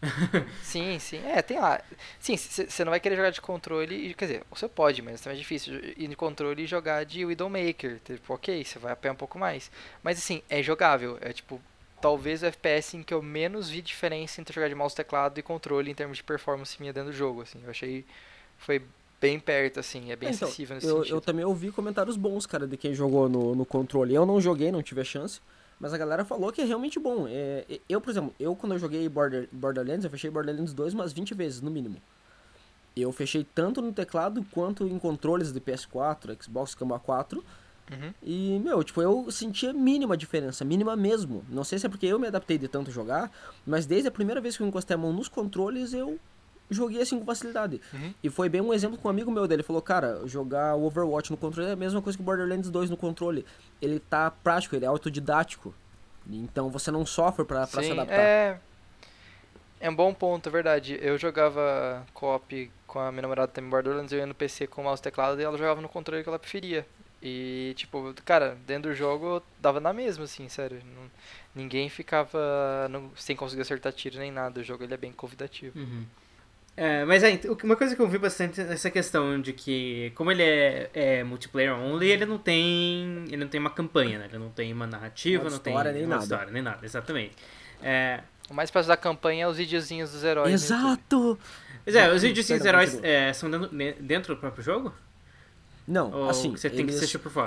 Sim, sim. É, tem lá. Sim, você não vai querer jogar de controle, e, quer dizer, você pode, mas também é difícil ir de controle e jogar de Widowmaker. Tipo, ok, você vai apanhar um pouco mais. Mas assim, é jogável. É tipo, talvez o F P S em que eu menos vi diferença entre jogar de mouse, teclado e controle em termos de performance minha dentro do jogo, assim. Eu achei foi bem perto, assim, é bem Então, acessível nesse eu, sentido. eu também ouvi comentários bons, cara, de quem jogou no, no controle. Eu não joguei, não tive a chance, mas a galera falou que é realmente bom. É, eu, por exemplo, eu quando eu joguei Border, Borderlands, eu fechei Borderlands dois umas vinte vezes, no mínimo. Eu fechei tanto no teclado quanto em controles de P S quatro, Xbox Camba quatro. Uhum. E, meu, tipo, eu senti a mínima diferença, mínima mesmo. Não sei se é porque eu me adaptei de tanto jogar, mas desde a primeira vez que eu encostei a mão nos controles, eu joguei assim com facilidade. Uhum. E foi bem um exemplo com um amigo meu dele. Ele falou, cara, jogar o Overwatch no controle é a mesma coisa que o Borderlands dois no controle. Ele tá prático, ele é autodidático. Então você não sofre pra, pra se Sim, adaptar. é... É um bom ponto, é verdade. Eu jogava co-op com a minha namorada também Borderlands, eu ia no P C com o mouse e teclado e ela jogava no controle que ela preferia. E, tipo, cara, dentro do jogo dava na mesma, assim, sério. Não, ninguém ficava não, sem conseguir acertar tiro nem nada. O jogo ele é bem convidativo. Uhum. É, mas é, uma coisa que eu vi bastante é essa questão de que, como ele é, é multiplayer only, ele não tem. Ele não tem uma campanha, né? Ele não tem uma narrativa, Uma não tem história, nem uma nada. história, nem nada, exatamente. É, O mais fácil da campanha é os videozinhos dos heróis. no YouTube. Exato! Mas é, os vídeos dos Perdão, heróis continua. é, são dentro, dentro do próprio jogo? Não, Ou assim, você tem que eles- assistir por fora?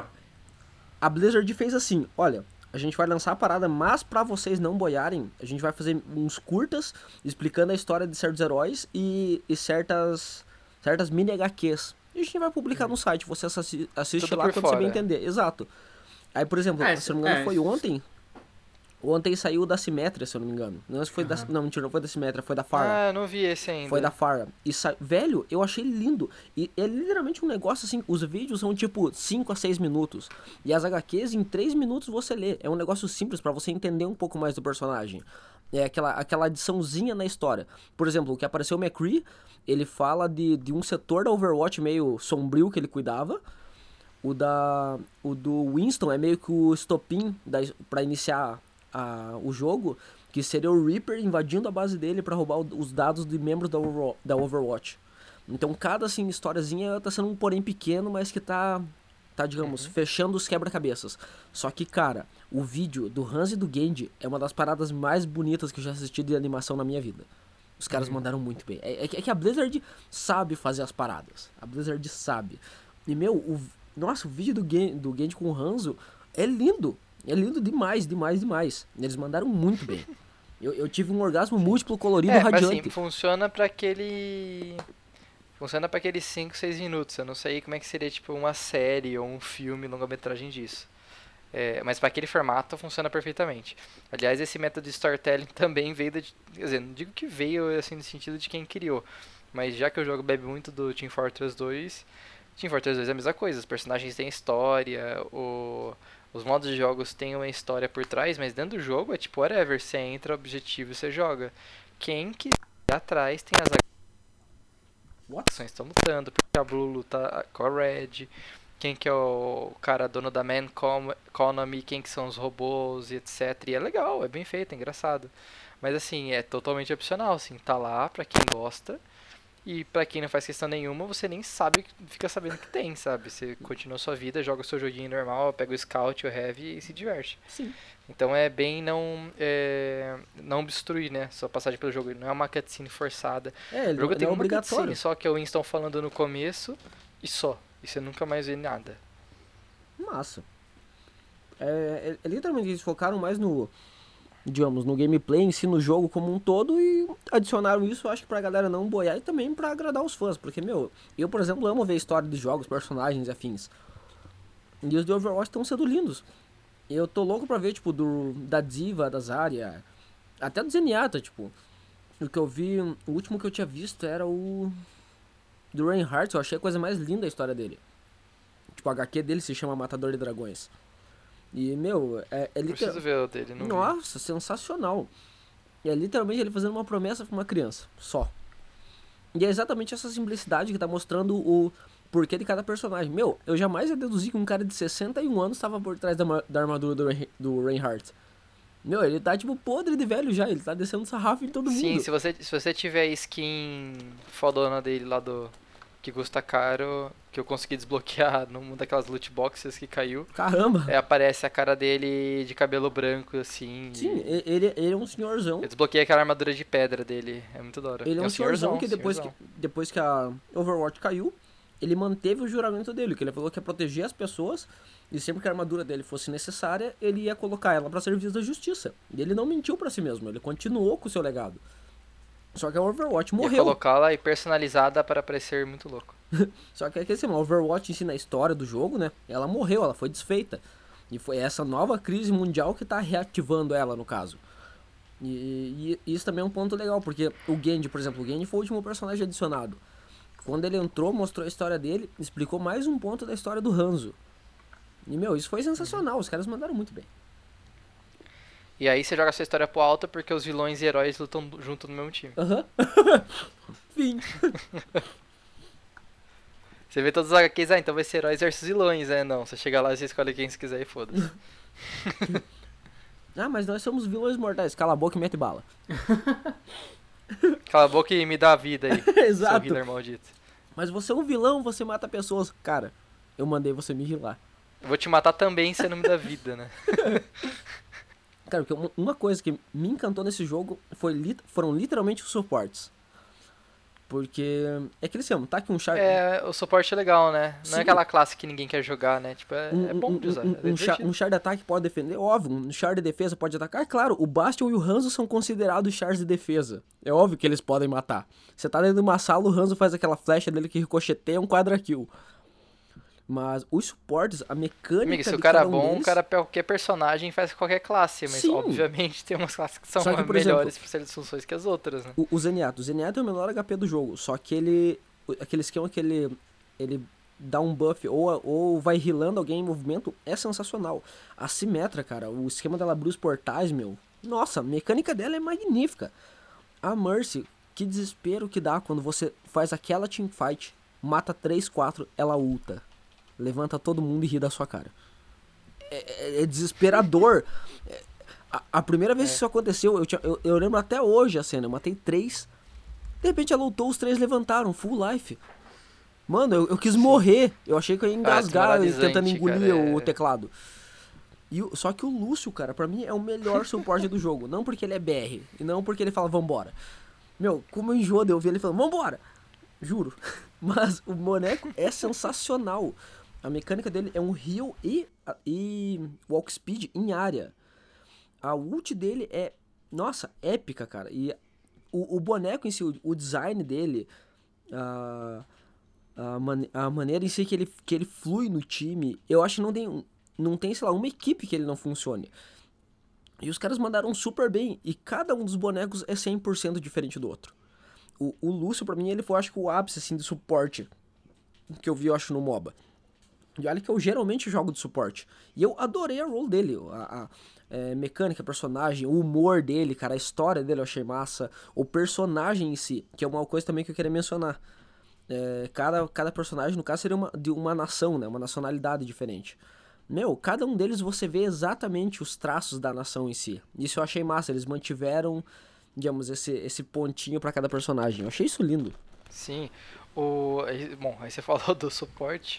a Blizzard fez assim, olha, a gente vai lançar a parada, mas pra vocês não boiarem, a gente vai fazer uns curtas explicando a história de certos heróis e, e certas, certas mini H Qs. E a gente vai publicar no site, você assi- assiste Tudo lá por quando você fora. bem entender. Exato. Aí, por exemplo, É, se eu não me engano, é. foi ontem. Ontem saiu da Simetria, se eu não me engano. Não, se foi da, não, mentira, não foi da Simetria, foi da Farah. Ah, eu não vi esse ainda. Foi da Farah. E sa... Velho, eu achei lindo. E é literalmente um negócio assim. Os vídeos são tipo cinco a seis minutos. E as H Qs em três minutos você lê. É um negócio simples pra você entender um pouco mais do personagem. É aquela, aquela adiçãozinha na história. Por exemplo, o que apareceu o McCree, ele fala de, de um setor da Overwatch meio sombrio que ele cuidava. O, da, o do Winston é meio que o estopim da, pra iniciar a, o jogo, que seria o Reaper invadindo a base dele pra roubar o- os dados de membros da, Overwa- da Overwatch. Então cada assim, historiazinha tá sendo um porém pequeno, mas que tá, tá digamos, fechando os quebra-cabeças. Só que, cara, o vídeo do Hans e do Genji é uma das paradas mais bonitas que eu já assisti de animação na minha vida. Os caras mandaram muito bem. É, é que- é que a Blizzard sabe fazer as paradas. A Blizzard sabe. E, meu, o, nossa, o vídeo do, Gen, do Genji com o Hanzo é lindo. É lindo demais, demais, demais. Eles mandaram muito bem. Eu, eu tive um orgasmo múltiplo, colorido, É, mas radiante. assim, funciona pra aquele... Funciona pra aqueles cinco, seis minutos. Eu não sei como é que seria, tipo, uma série ou um filme, longa-metragem disso. É, mas pra aquele formato funciona perfeitamente. Aliás, esse método de storytelling também veio da... Quer dizer, não digo que veio, assim, no sentido de quem criou. Mas já que o jogo bebe muito do Team Fortress dois... Team Fortress dois é a mesma coisa. Os personagens têm história, o... Os modos de jogos têm uma história por trás, mas dentro do jogo é tipo whatever, você entra, objetivo e você joga. Quem que atrás tem as What? ações estão lutando, porque a Blue luta com a Red, quem que é o cara dono da Man Com- Economy, quem que são os robôs e etcétera. E é legal, é bem feito, é engraçado. Mas assim, é totalmente opcional, assim, tá lá pra quem gosta. E pra quem não faz questão nenhuma, você nem sabe, fica sabendo que tem, sabe? Você continua a sua vida, joga o seu joguinho normal, pega o Scout, o Heavy e se diverte. Sim. Então é bem não é, não obstruir, né? Sua passagem pelo jogo. Não é uma cutscene forçada. É, O ele jogo não tem é uma obrigatório. cutscene só que é o Winston falando no começo e só. E você nunca mais vê nada. Massa. É, é, é literalmente eles focaram mais no, digamos, no gameplay em si, no jogo como um todo, e adicionaram isso, acho que pra galera não boiar e também pra agradar os fãs, porque, meu, eu, por exemplo, amo ver história de jogos, personagens e afins. E os de Overwatch estão sendo lindos. Eu tô louco pra ver, tipo, do, da Diva, da Zarya, até do Zenyatta, tipo. O que eu vi, o último que eu tinha visto era o do Reinhardt, eu achei a coisa mais linda a história dele. Tipo, a H Q dele se chama Matador de Dragões. E, meu, é, é literal... Preciso ver o dele, não vi. Nossa, sensacional. E é literalmente ele fazendo uma promessa pra uma criança, só. E é exatamente essa simplicidade que tá mostrando o porquê de cada personagem. Meu, eu jamais ia deduzir que um cara de sessenta e um anos estava por trás da, ma- da armadura do, Rein- do Reinhardt. Meu, ele tá tipo podre de velho já, ele tá descendo sarrafo em todo Sim, mundo. se você, se você tiver a skin fodona dele lá do... Que custa caro, que eu consegui desbloquear numa daquelas loot boxes que caiu. Caramba. É, aparece a cara dele de cabelo branco, assim. Sim, e- e- ele, ele é um senhorzão. Eu desbloqueei aquela armadura de pedra dele. É muito da hora. Ele é um senhorzão que depois, que senhorzão. depois que a Overwatch caiu, ele manteve o juramento dele, que ele falou que ia proteger as pessoas e sempre que a armadura dele fosse necessária, ele ia colocar ela pra serviço da justiça. E ele não mentiu pra si mesmo, ele continuou com o seu legado. Só que a Overwatch Ia morreu. colocá-la e personalizada para parecer muito louco. Só que é que assim, a Overwatch em si na história do jogo, né? Ela morreu, ela foi desfeita. E foi essa nova crise mundial que tá reativando ela, no caso. E, e isso também é um ponto legal, porque o Genji, por exemplo, o Genji foi o último personagem adicionado. Quando ele entrou, mostrou a história dele, explicou mais um ponto da história do Hanzo. E, meu, isso foi sensacional, os caras mandaram muito bem. E aí você joga a sua história pro alto porque os vilões e heróis lutam junto no mesmo time. Aham. Fim. Você vê todos os H Qs, ah, então vai ser heróis versus vilões, né? Não, você chega lá e você escolhe quem você quiser e foda-se. Ah, mas nós somos vilões mortais, cala a boca e mete bala. Cala a boca e me dá a vida aí, seu Exato. healer maldito. Mas você é um vilão, você mata pessoas. Cara, eu mandei você me healar. Eu vou te matar também se você não me dá vida, né? Cara, porque uma- uma coisa que me encantou nesse jogo foi, lit- foram literalmente os suportes. Porque é que eles chamam, tá aqui um char... É, o suporte é legal, né? Não Sim. é aquela classe que ninguém quer jogar, né? Tipo, é, Um, é bom um, de usar. um, é um, char, divertido. um char de ataque pode defender, óbvio. Um char de defesa pode atacar. É claro, o Bastion e o Hanzo são considerados chars de defesa. É óbvio que eles podem matar. Você tá dentro de uma sala, o Hanzo faz aquela flecha dele que ricocheteia um quadra kill. Mas os suportes, a mecânica Amigo, se de o cara é cada um bom, deles... o cara qualquer personagem faz qualquer classe, mas Sim. obviamente tem umas classes que são Só que, por melhores para certas funções que as outras, né? O, o Zenyatta. O Zenyatta é o menor H P do jogo, só que ele... Aquele esquema que ele... Ele dá um buff ou, ou vai healando alguém em movimento é sensacional. A Symmetra, cara, o esquema dela abrir os portais, meu... Nossa, a mecânica dela é magnífica. A Mercy, que desespero que dá quando você faz aquela teamfight, mata três, quatro, ela ulta. Levanta todo mundo e ri da sua cara. É, é- é desesperador. É, a, a primeira vez que isso aconteceu, eu, tinha- eu, eu lembro até hoje a cena. Eu matei três. De repente ela lutou, os três levantaram, full life. Mano, eu, eu quis morrer. Eu achei que eu ia engasgar desmoralizante, tentando engolir cara, é. o teclado. E, o- só que o Lúcio, cara, pra mim é o melhor suporte do jogo. Não porque ele é B R, e não porque ele fala vambora. Meu, como eu enjoo de ouvir ele falando vambora. Juro. Mas o boneco é sensacional. A mecânica dele é um heal e, e walk speed em área. A ult dele é, nossa, épica, cara. E o, o boneco em si, o, o design dele, a, a, mane- a maneira em si que ele, que ele flui no time, eu acho que não tem, não tem, sei lá, uma equipe que ele não funcione. E os caras mandaram super bem. E cada um dos bonecos é cem por cento diferente do outro. O, o Lúcio, pra mim, ele foi, acho que, o ápice, assim, de suporte que eu vi, eu acho, no MOBA. E olha que eu geralmente jogo de suporte. E eu adorei a role dele. A, a é, mecânica, personagem, o humor dele, cara, a história dele eu achei massa. O personagem em si, que é uma coisa também que eu queria mencionar. É, cada, cada personagem, no caso, seria uma, de uma nação, né? Uma nacionalidade diferente. Meu, cada um deles você vê exatamente os traços da nação em si. Isso eu achei massa. Eles mantiveram, digamos, esse, esse pontinho pra cada personagem. Eu achei isso lindo. Sim. O, aí- bom, aí você falou do suporte.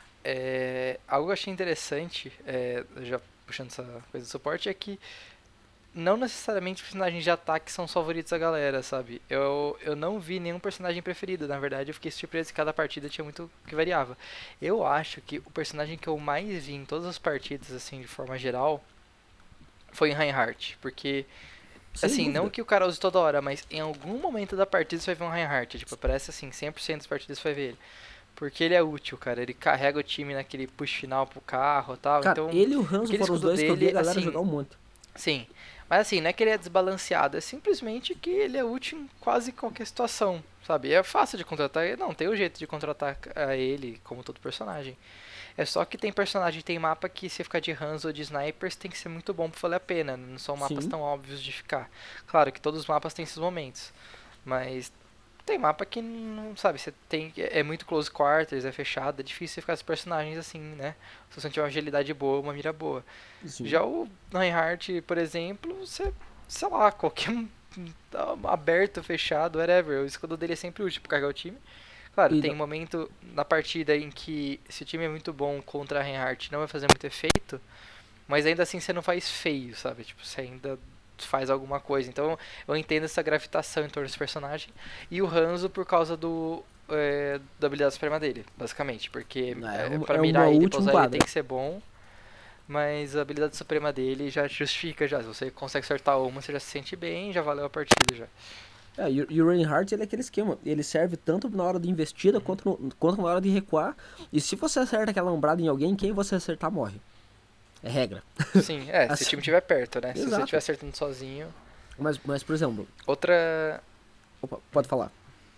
É, algo que eu achei interessante, é, já puxando essa coisa do suporte, é que não necessariamente personagens de ataque são os favoritos da galera, sabe? Eu, eu não vi nenhum personagem preferido, na verdade eu fiquei surpreso que cada partida tinha muito que variava. Eu acho que o personagem que eu mais vi em todas as partidas, assim, de forma geral, foi em Reinhardt, porque... Sem assim, dúvida. não que o cara use toda hora, mas em algum momento da partida você vai ver um Reinhardt. Tipo, parece assim, cem por cento das partidas você vai ver ele. Porque ele é útil, cara. Ele carrega o time naquele push final pro carro e tal. Cara, então, ele e o Hanzo aquele foram os escudo dois que eu vi a dele, galera assim, jogar um monte. sim. Mas assim, não é que ele é desbalanceado. É simplesmente que ele é útil em quase qualquer situação, sabe? E é fácil de contratar. Não, tem o jeito de contratar a ele, como todo personagem. É só que tem personagem, tem mapa que se ficar de Hanzo ou de Snipers tem que ser muito bom pra valer a pena. Não são mapas Sim. tão óbvios de ficar. Claro que todos os mapas têm esses momentos. Mas tem mapa que não, sabe, você tem. É muito close quarters, é fechado, é difícil você ficar com os personagens assim, né? Se você não tiver uma agilidade boa, uma mira boa. Sim. Já o Reinhardt, por exemplo, você, sei lá, qualquer um, aberto, fechado, whatever. O escudo dele é sempre útil pra carregar o time. Claro, E tem não- um momento na partida em que se o time é muito bom contra a Reinhardt não vai fazer muito efeito, mas ainda assim você não faz feio, sabe? Tipo, você ainda faz alguma coisa. Então eu entendo essa gravitação em torno desse personagem. E o Hanzo por causa do é, da habilidade suprema dele, basicamente. Porque É, é, um- pra é mirar uma ele, ult, pra um usar ele quadra. tem que ser bom. Mas a habilidade suprema dele já justifica já. Se você consegue acertar uma, você já se sente bem, já valeu a partida já. É, e, o- e o Reinhardt, ele é aquele esquema. Ele serve tanto na hora de investida quanto, no- quanto na hora de recuar. E se você acerta aquela ombrada em alguém, quem você acertar morre. É regra. Sim, é, se Assim- o time estiver perto, né? Se você Exato. estiver acertando sozinho. Mas, mas por exemplo... Outra. Opa, pode falar.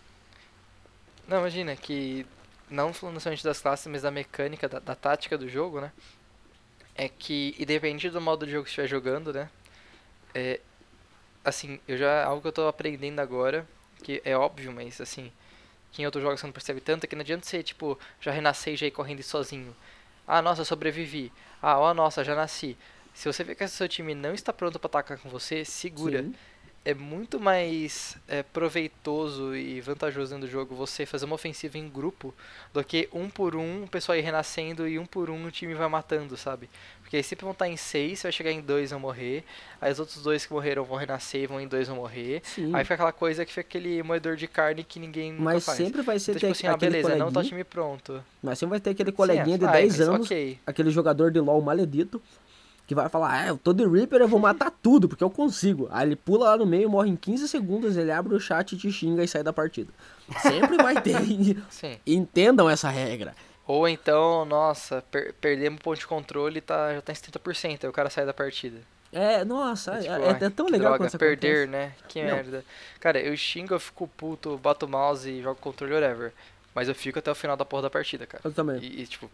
Não, imagina que. Não falando somente das classes, mas da mecânica, da, da tática do jogo, né? É que, independente do modo de jogo que você estiver jogando, né? É. Assim, eu já. Algo que eu tô aprendendo agora, que é óbvio, mas assim. Que em outros jogos você não percebe tanto, é que não adianta você, tipo, já renascer e já ir correndo sozinho. Ah, nossa, eu sobrevivi. Ah, ó, nossa, já nasci. Se você vê que o seu time não está pronto pra atacar com você, segura. Sim. é muito mais é, proveitoso e vantajoso dentro do jogo você fazer uma ofensiva em grupo do que um por um o pessoal ir renascendo e um por um o time vai matando, sabe? Porque aí sempre vão estar em seis, você vai chegar em dois e vão morrer, aí os outros dois que morreram vão renascer e vão em dois vão morrer, Sim. aí fica aquela coisa que fica aquele moedor de carne que ninguém nunca Mas faz. sempre vai ser Então, ter tipo assim, ah, aquele beleza, não tá o coleguinha, time pronto. mas sempre vai ter aquele Sim, coleguinha é, de vai, dez mas anos, ok. aquele jogador de LoL maledito, que vai falar, ah, eu tô de Reaper, eu vou matar tudo, porque eu consigo. Aí ele pula lá no meio, morre em quinze segundos, ele abre o chat, te xinga e sai da partida. Sempre vai ter. Sim. Entendam essa regra. Ou então, nossa, per perdemos o ponto de controle e tá, já tá em setenta por cento, aí o cara sai da partida. É, nossa, É, é, tipo, é, ai, é tão que legal droga, quando isso perder, acontece. né? Que Não. merda. Cara, eu xingo, eu fico puto, bato o mouse e jogo controle, whatever. Mas eu fico até o final da porra da partida, cara. Eu também. E, e, tipo,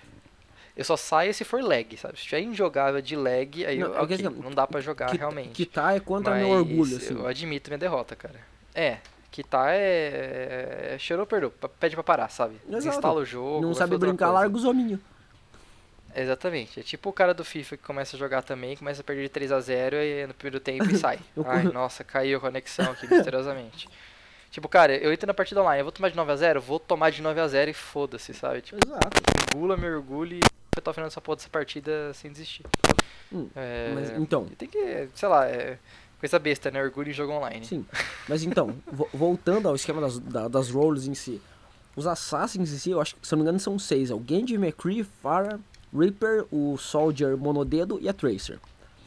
eu só saio se for lag, sabe? Se tiver injogável de lag, aí Não, eu, é que ok, assim, não dá pra jogar Que, realmente. que tá é contra Mas meu orgulho, assim. eu admito minha derrota, cara. É, que tá é... é chorou, perdoou. Pede pra parar, sabe? Exato. Desinstala o jogo. Não vai sabe fazer outra brincar, coisa. larga os hominhos. Exatamente. É tipo o cara do FIFA que começa a jogar também, começa a perder de três a zero e no primeiro tempo e sai. Eu Ai, corro- nossa, caiu a conexão aqui misteriosamente. Tipo, cara, eu entro na partida online, eu vou tomar de nove a zero, vou tomar de nove a zero e foda-se, sabe? Tipo, Exato. engula meu orgulho e eu tô final dessa porra dessa partida sem desistir. Hum, É, mas então- Tem que, sei lá, é coisa besta, né? Orgulho em jogo online. Sim, mas então, vo- voltando ao esquema das, da- das roles em si, os Assassins em si, eu acho que, se eu não me engano, são seis. É o Genji, McCree, Pharah, Reaper, o Soldier monodedo e a Tracer.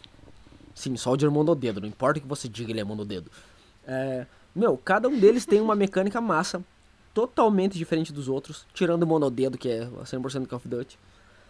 Sim, Soldier monodedo, não importa o que você diga, ele é monodedo. É, meu, cada um deles tem uma mecânica massa, totalmente diferente dos outros, tirando o monodedo, que é cem por cento Call of Duty.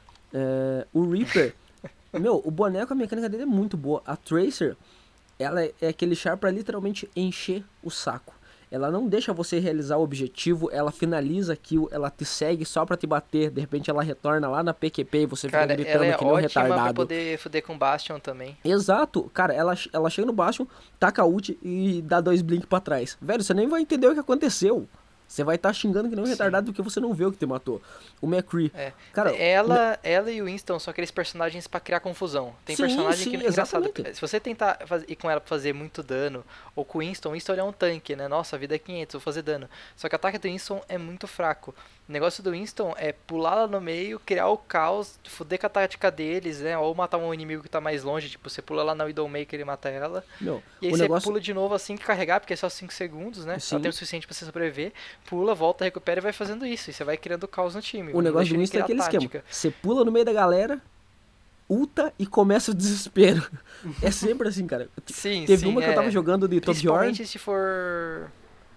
É, o Reaper, meu, o boneco, a mecânica dele é muito boa. A Tracer, ela é, é aquele char pra literalmente encher o saco. Ela não deixa você realizar o objetivo, ela finaliza aquilo, ela te segue só pra te bater, de repente ela retorna lá na P Q P e você Cara, fica gritando ela é que nem um ótima pra retardado. poder foder com Bastion também. Exato, cara, ela, ela chega no baixo, taca a ult e dá dois blink pra trás. Velho, você nem vai entender o que aconteceu. Você vai estar xingando que nem um Sim. retardado porque você não vê o que te matou. O McCree, É. cara, ela, ela e o Winston são aqueles personagens pra criar confusão. Tem Sim, personagem sim, que é engraçado. exatamente. Se você tentar faz- ir com ela pra fazer muito dano, ou com o Winston, o Winston ele é um tanque, né? Nossa, a vida é quinhentos, vou fazer dano. Só que o ataque do Winston é muito fraco. O negócio do Winston é pular lá no meio, criar o caos, foder com a tática deles, né? Ou matar um inimigo que tá mais longe, tipo, você pula lá na Widowmaker e mata ela. meu, E aí o você negócio... pula de novo assim que carregar, porque é só cinco segundos, né? Sim. Ela tem o suficiente pra você sobreviver. Pula, volta, recupera e vai fazendo isso. E você vai criando caos no time. O não negócio deixa do ele Winston é criar aquele esquema. tática. Você pula no meio da galera, ulta e começa o desespero. É sempre assim, cara. Sim, Teve sim, uma que é. eu tava jogando de Top Yorn. Principalmente se for...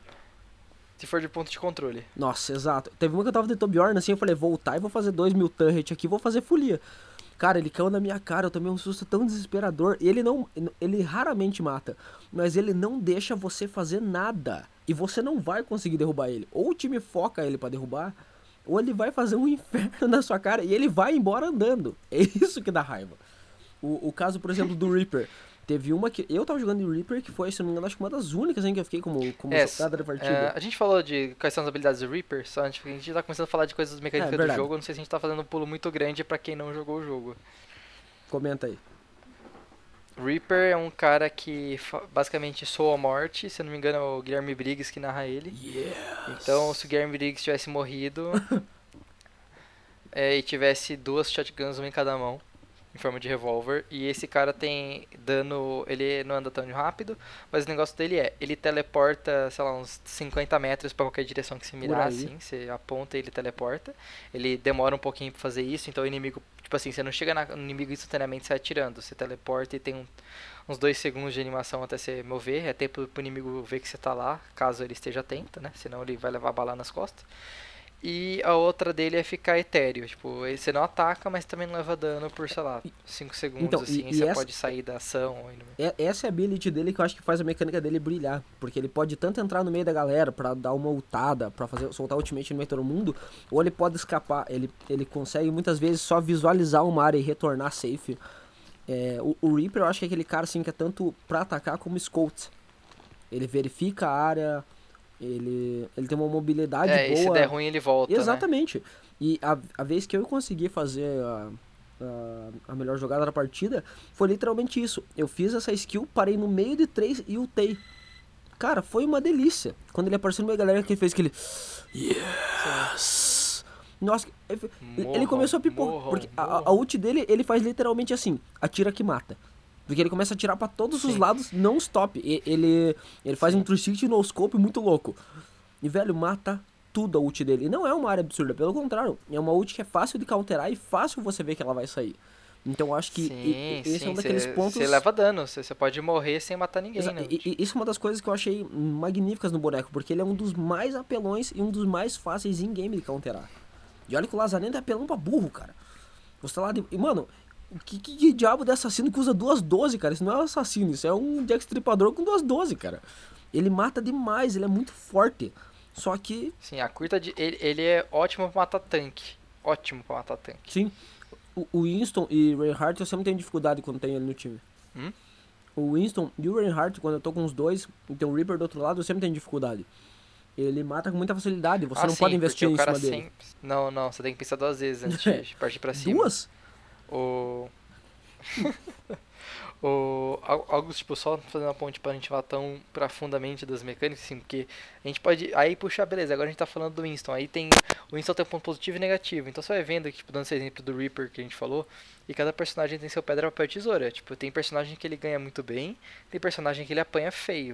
Se for de ponto de controle. Nossa, exato. Teve uma que eu tava de Torbjorn, assim, eu falei, vou ultar e vou fazer dois mil turret aqui, vou fazer folia. Cara, ele caiu na minha cara, eu tomei um susto tão desesperador. E ele não. Ele raramente mata. Mas ele não deixa você fazer nada. E você não vai conseguir derrubar ele. Ou o time foca ele pra derrubar, ou ele vai fazer um inferno na sua cara e ele vai embora andando. É isso que dá raiva. O, o caso, por exemplo, do Reaper. Teve uma que. Eu tava jogando de Reaper, que foi, se não me engano, acho que uma das únicas em que eu fiquei como, como É, socada da partida. é, a gente falou de quais são as habilidades do Reaper, só antes, porque a gente tá começando a falar de coisas mecânicas É, do verdade. jogo. Eu não sei se a gente tá fazendo um pulo muito grande pra quem não jogou o jogo. Comenta aí. Reaper é um cara que fa- basicamente soa a morte, se eu não me engano é o Guilherme Briggs que narra ele. Então, se o Guilherme Briggs tivesse morrido é, e tivesse duas shotguns, uma em cada mão, em forma de revólver, e esse cara tem dano, ele não anda tão rápido, mas o negócio dele é, ele teleporta, sei lá, uns cinquenta metros pra qualquer direção que se mirar, aí. assim, você aponta e ele teleporta. Ele demora um pouquinho pra fazer isso, então o inimigo, tipo assim, você não chega na- no inimigo instantaneamente sai atirando, você teleporta e tem um, uns dois segundos de animação até você mover, é tempo pro inimigo ver que você tá lá, caso ele esteja atento, né, senão ele vai levar bala nas costas. E a outra dele é ficar etéreo, tipo, ele- você não ataca, mas também não leva dano por, sei lá, cinco segundos, Então, e- assim, e e você essa- pode sair da ação. ou inimigo. É, essa é a ability dele que eu acho que faz a mecânica dele brilhar. Porque ele pode tanto entrar no meio da galera pra dar uma ultada, pra fazer, soltar ultimate no meio de todo mundo, ou ele pode escapar. Ele, ele consegue muitas vezes só visualizar uma área e retornar safe. É, o, o Reaper eu acho que é aquele cara assim que é tanto pra atacar como scout. Ele verifica a área, ele, ele tem uma mobilidade É, e se boa. der ruim ele volta, né? Exatamente. E a, a vez que eu consegui fazer a, a, a melhor jogada da partida, foi literalmente isso. Eu fiz essa skill, parei no meio de três e ultei. Cara, foi uma delícia. Quando ele apareceu no meio da galera, que ele fez aquele... Yes! Nossa, morram, ele começou a pipocar. Porque a, a ult dele, ele faz literalmente assim, atira que mata. Porque ele começa a atirar pra todos Sim. os lados, não stop. E, ele, ele faz Sim. um três sixty no scope muito louco. E, velho, mata tudo a ult dele. E não é uma área absurda, pelo contrário. É uma ult que é fácil de counterar e fácil você ver que ela vai sair. Então eu acho que sim, e, esse sim, é um daqueles cê, pontos... Você leva dano, você pode morrer sem matar ninguém, Exa... né? E, e, isso é uma das coisas que eu achei magníficas no boneco, porque ele é um dos mais apelões e um dos mais fáceis em game de counterar. E olha que o Lazarento é apelão pra burro, cara. Você tá lá de... E, mano, que, que, que diabo de assassino que usa duas doze, cara? Isso não é um assassino, isso é um Jack Stripador com duas doze, cara. Ele mata demais, ele é muito forte. Só que... Sim, a curta de... Ele, ele é ótimo pra matar tanque. Ótimo pra matar tanque. Sim. O Winston e Reinhardt eu sempre tenho dificuldade quando tem ele no time. Hum? O Winston e o Reinhardt, quando eu tô com os dois, e tem o Reaper do outro lado, eu sempre tenho dificuldade. Ele mata com muita facilidade, você ah, não sim, pode investir em cima sempre... dele. Não, não, você tem que pensar duas vezes antes de partir pra cima. Duas? O... o... Algo, tipo, só fazendo uma ponte pra gente falar tão profundamente das mecânicas, assim, porque a gente pode... Aí, puxa, beleza, agora a gente tá falando do Winston, aí tem... O Winston tem um ponto positivo e negativo, então você vai vendo que, tipo, dando esse exemplo do Reaper que a gente falou, e cada personagem tem seu pedra, papel e tesoura. Tipo, tem personagem que ele ganha muito bem, tem personagem que ele apanha feio.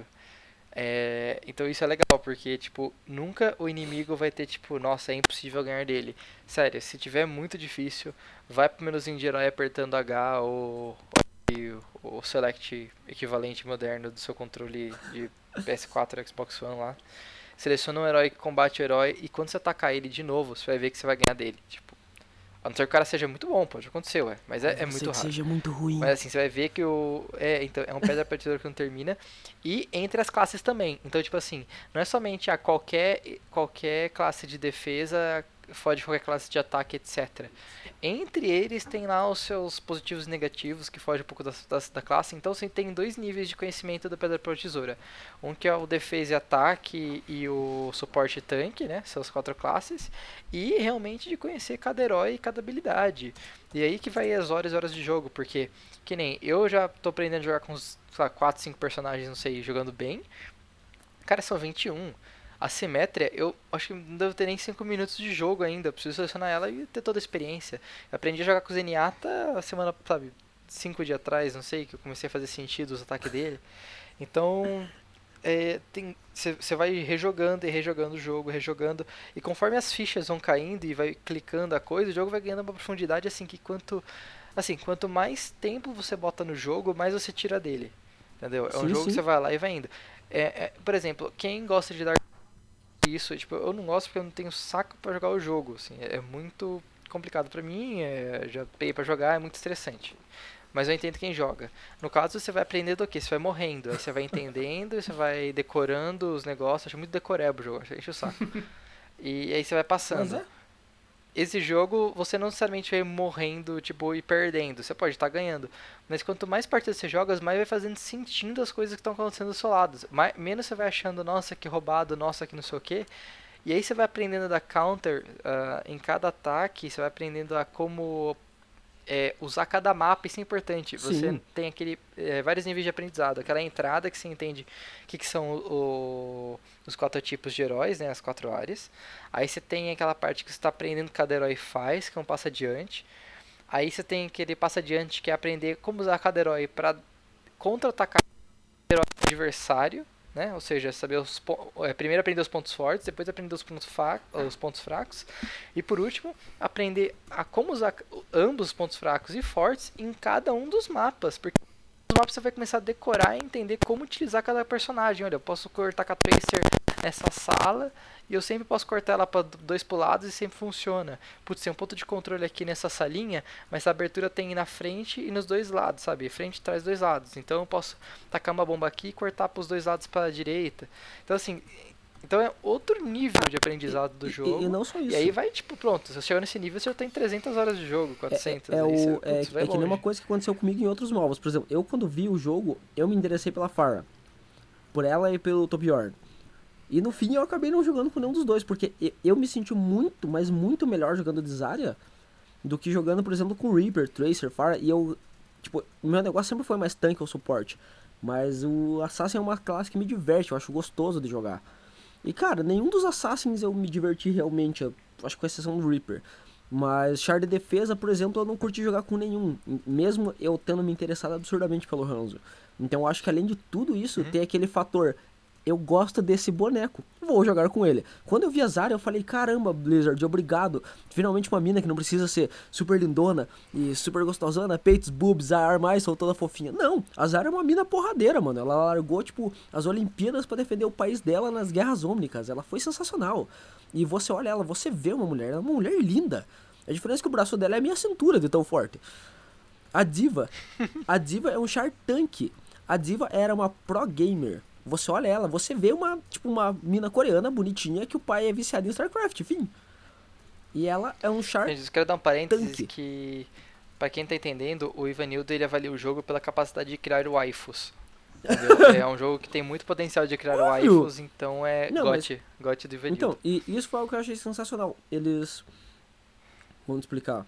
É, então isso é legal, porque, tipo, nunca o inimigo vai ter, tipo, nossa, é impossível ganhar dele. Sério, se tiver muito difícil, vai pro menuzinho de herói apertando H ou, ou o Select equivalente moderno do seu controle de P S quatro, Xbox One lá. Seleciona um herói que combate o herói e quando você atacar ele de novo, você vai ver que você vai ganhar dele. Tipo, a não ser que o cara seja muito bom, pode acontecer, ué. Mas é, é muito raro. seja muito ruim. Mas assim, você vai ver que o... É, então, é um pedra papel tesoura que não termina. E entre as classes também. Então, tipo assim, não é somente a qualquer, qualquer classe de defesa fode qualquer classe de ataque, etcétera. Entre eles tem lá os seus positivos e negativos, que fogem um pouco da, da, da classe. Então você tem dois níveis de conhecimento da pedra papel tesoura. Um que é o defesa e ataque e o suporte e tanque, né? São as quatro classes. E realmente de conhecer cada herói e cada habilidade. E aí que vai as horas e horas de jogo, porque, que nem, eu já tô aprendendo a jogar com uns quatro, cinco personagens, não sei, jogando bem. Cara, são vinte e um. A Simétria, eu acho que não devo ter nem cinco minutos de jogo ainda. Eu preciso selecionar ela e ter toda a experiência. Eu aprendi a jogar com o Zenyatta a semana, sabe, cinco dias atrás, não sei, que eu comecei a fazer sentido os ataques dele. Então, você é, vai rejogando e rejogando o jogo, rejogando. E conforme as fichas vão caindo e vai clicando a coisa, o jogo vai ganhando uma profundidade assim que quanto, assim, quanto mais tempo você bota no jogo, mais você tira dele. Entendeu? É um sim, jogo sim. que você vai lá e vai indo. É, é, por exemplo, quem gosta de dar isso, tipo, eu não gosto porque eu não tenho saco pra jogar o jogo, assim, é muito complicado pra mim, é, já peguei pra jogar, é muito estressante. Mas eu entendo quem joga. No caso, você vai aprendendo o quê? Você vai morrendo, aí você vai entendendo, você vai decorando os negócios, acho muito decoreba o jogo, enche o saco. E aí você vai passando. Mas é. Esse jogo, você não necessariamente vai morrendo, tipo, e perdendo. Você pode estar ganhando. Mas quanto mais partidas você joga, mais vai fazendo sentindo as coisas que estão acontecendo do seu lado. Mais, menos você vai achando, nossa, que roubado, nossa, que não sei o quê. E aí você vai aprendendo a dar counter uh, em cada ataque. Você vai aprendendo a como é, usar cada mapa. Isso é importante. Você Sim. tem aquele é, vários níveis de aprendizado. Aquela entrada que você entende o que, que são o, o, os quatro tipos de heróis, né, as quatro áreas. Aí você tem aquela parte que você está aprendendo o que cada herói faz, que é um passo adiante. Aí você tem aquele passo adiante que é aprender como usar cada herói para contra-atacar o herói adversário, né? Ou seja, saber os é, primeiro aprender os pontos fortes, depois aprender os pontos, os pontos fracos. E por último, aprender a como usar ambos os pontos fracos e fortes em cada um dos mapas. Porque nos mapas você vai começar a decorar e entender como utilizar cada personagem. Olha, eu posso cortar com a Tracer nessa sala e eu sempre posso cortar ela para dois pro lado e sempre funciona. Putz, tem um ponto de controle aqui nessa salinha, mas a abertura tem na frente e nos dois lados, sabe? Frente, trás, dois lados. Então eu posso tacar uma bomba aqui e cortar para os dois lados para a direita. Então assim, então é outro nível de aprendizado do jogo. E, e não só isso. E aí vai, tipo, pronto, se você chegou nesse nível, você já tem trezentas horas de jogo, quatrocentas. É, é, aí você, o, putz, é, é que nem uma coisa que aconteceu comigo em outros novos. Por exemplo, eu quando vi o jogo, eu me interessei pela Pharah. Por ela e pelo Torbjorn. E no fim eu acabei não jogando com nenhum dos dois, porque eu me senti muito, mas muito melhor jogando de Zarya do que jogando, por exemplo, com Reaper, Tracer, Pharah, e eu, tipo, o meu negócio sempre foi mais tanque ou suporte, mas o Assassin é uma classe que me diverte, eu acho gostoso de jogar. E, cara, nenhum dos Assassins eu me diverti realmente, eu acho que com exceção do Reaper. Mas Char de defesa, por exemplo, eu não curti jogar com nenhum, mesmo eu tendo me interessado absurdamente pelo Hanzo. Então eu acho que além de tudo isso, uhum. tem aquele fator, eu gosto desse boneco, vou jogar com ele. Quando eu vi a Zarya, eu falei, caramba, Blizzard, obrigado. Finalmente uma mina que não precisa ser super lindona e super gostosona, peitos, boobs, a arma e toda fofinha. Não, a Zarya é uma mina porradeira, mano. Ela largou, tipo, as Olimpíadas pra defender o país dela nas guerras ômnicas. Ela foi sensacional. E você olha ela, você vê uma mulher, ela é uma mulher linda. A diferença é que o braço dela é a minha cintura de tão forte. A D.Va, a D.Va é um char tanque. A D.Va era uma pro gamer. Você olha ela, você vê uma, tipo, uma mina coreana bonitinha que o pai é viciado em StarCraft, enfim. E ela é um char Gente, eu quero dar um parênteses tanque. Que, pra quem tá entendendo, o Ivanildo ele avalia o jogo pela capacidade de criar waifus. Entendeu? É um jogo que tem muito potencial de criar Óbvio. waifus, então é Não, gote, mas... gote do Ivanildo. Então, e isso foi algo que eu achei sensacional. Eles... Vamos explicar.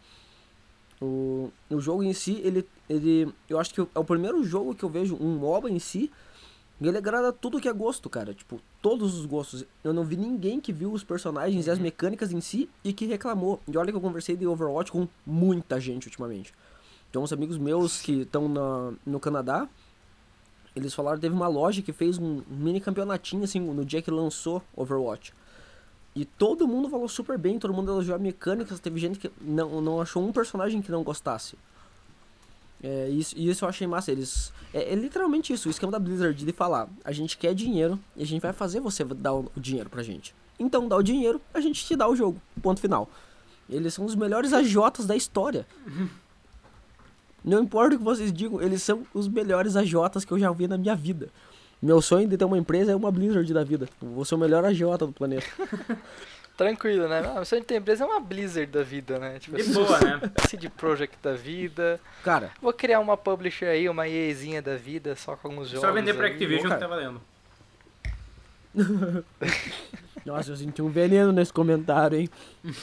O, o jogo em si, ele, ele... Eu acho que é o primeiro jogo que eu vejo um MOBA em si. E ele agrada tudo que é gosto, cara. Tipo, todos os gostos. Eu não vi ninguém que viu os personagens e as mecânicas em si e que reclamou. E olha que eu conversei de Overwatch com muita gente ultimamente. Então, uns amigos meus que estão no Canadá, eles falaram que teve uma loja que fez um mini campeonatinho, assim, no dia que lançou Overwatch. E todo mundo falou super bem, todo mundo elogiou a mecânica. Teve gente que não, não achou um personagem que não gostasse. É, isso, isso eu achei massa. Eles, é, é literalmente isso, o esquema da Blizzard de falar, a gente quer dinheiro e a gente vai fazer você dar o, o dinheiro pra gente. Então dá o dinheiro, a gente te dá o jogo. Ponto final. Eles são os melhores A Js da história. Não importa o que vocês digam, eles são os melhores A Js que eu já vi na minha vida. Meu sonho de ter uma empresa é uma Blizzard da vida. Vou ser o melhor A J do planeta. Tranquilo, né? Ah, o sonho de ter empresa é uma Blizzard da vida, né? Tipo, De boa, né? C D Projekt da vida. Cara, Vou criar uma publisher aí, uma EAzinha da vida, só com alguns jogos. Só vender pra aí. Activision Pô, que tá valendo. nossa, eu senti um veneno nesse comentário, hein?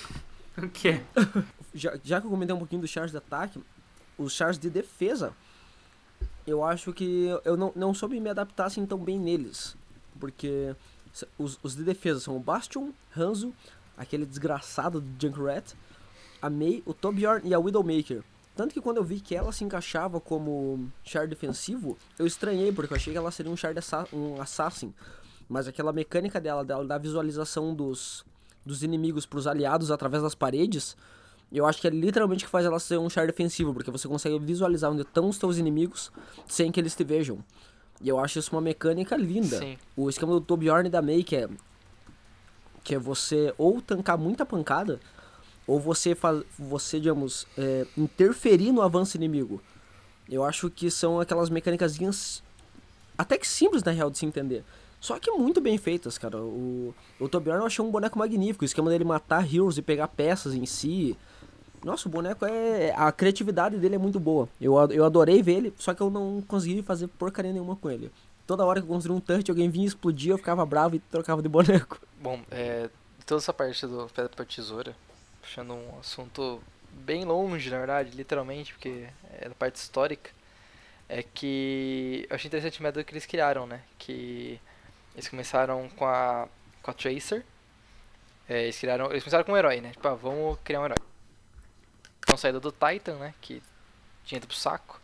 O quê? Já, já que eu comentei um pouquinho dos chars de ataque, os chars de defesa, eu acho que eu não, não soube me adaptar assim tão bem neles. Porque os, os de defesa são o Bastion, Hanzo, aquele desgraçado do Junkrat, a Mei, o Torbjorn e a Widowmaker. Tanto que quando eu vi que ela se encaixava como char defensivo, eu estranhei, porque eu achei que ela seria um char de assa- um assassin. Mas aquela mecânica dela, dela da visualização dos, dos inimigos para os aliados através das paredes, eu acho que é literalmente que faz ela ser um char defensivo, porque você consegue visualizar onde estão os teus inimigos sem que eles te vejam. E eu acho isso uma mecânica linda. Sim. O esquema do Torbjorn e da Mei, que é, que é você ou tancar muita pancada, ou você, faz, você digamos, é, interferir no avanço inimigo. Eu acho que são aquelas mecânicas até que simples, na real, de se entender. Só que muito bem feitas, cara. O, o Torbjorn eu achei um boneco magnífico. O esquema dele matar heroes e pegar peças em si. Nossa, o boneco é... A criatividade dele é muito boa. Eu, eu adorei ver ele, só que eu não consegui fazer porcaria nenhuma com ele. Toda hora que eu construí um touch, alguém vinha explodir, eu ficava bravo e trocava de boneco. Bom, é, toda essa parte do Pedra para Tesoura, puxando um assunto bem longe, na verdade, literalmente, porque é da parte histórica, é que eu achei interessante o método que eles criaram, né? Que eles começaram com a, com a Tracer, é, eles, criaram, eles começaram com um herói, né? Tipo, ah, vamos criar um herói. Então saída do Titan, né? Que tinha ido pro saco.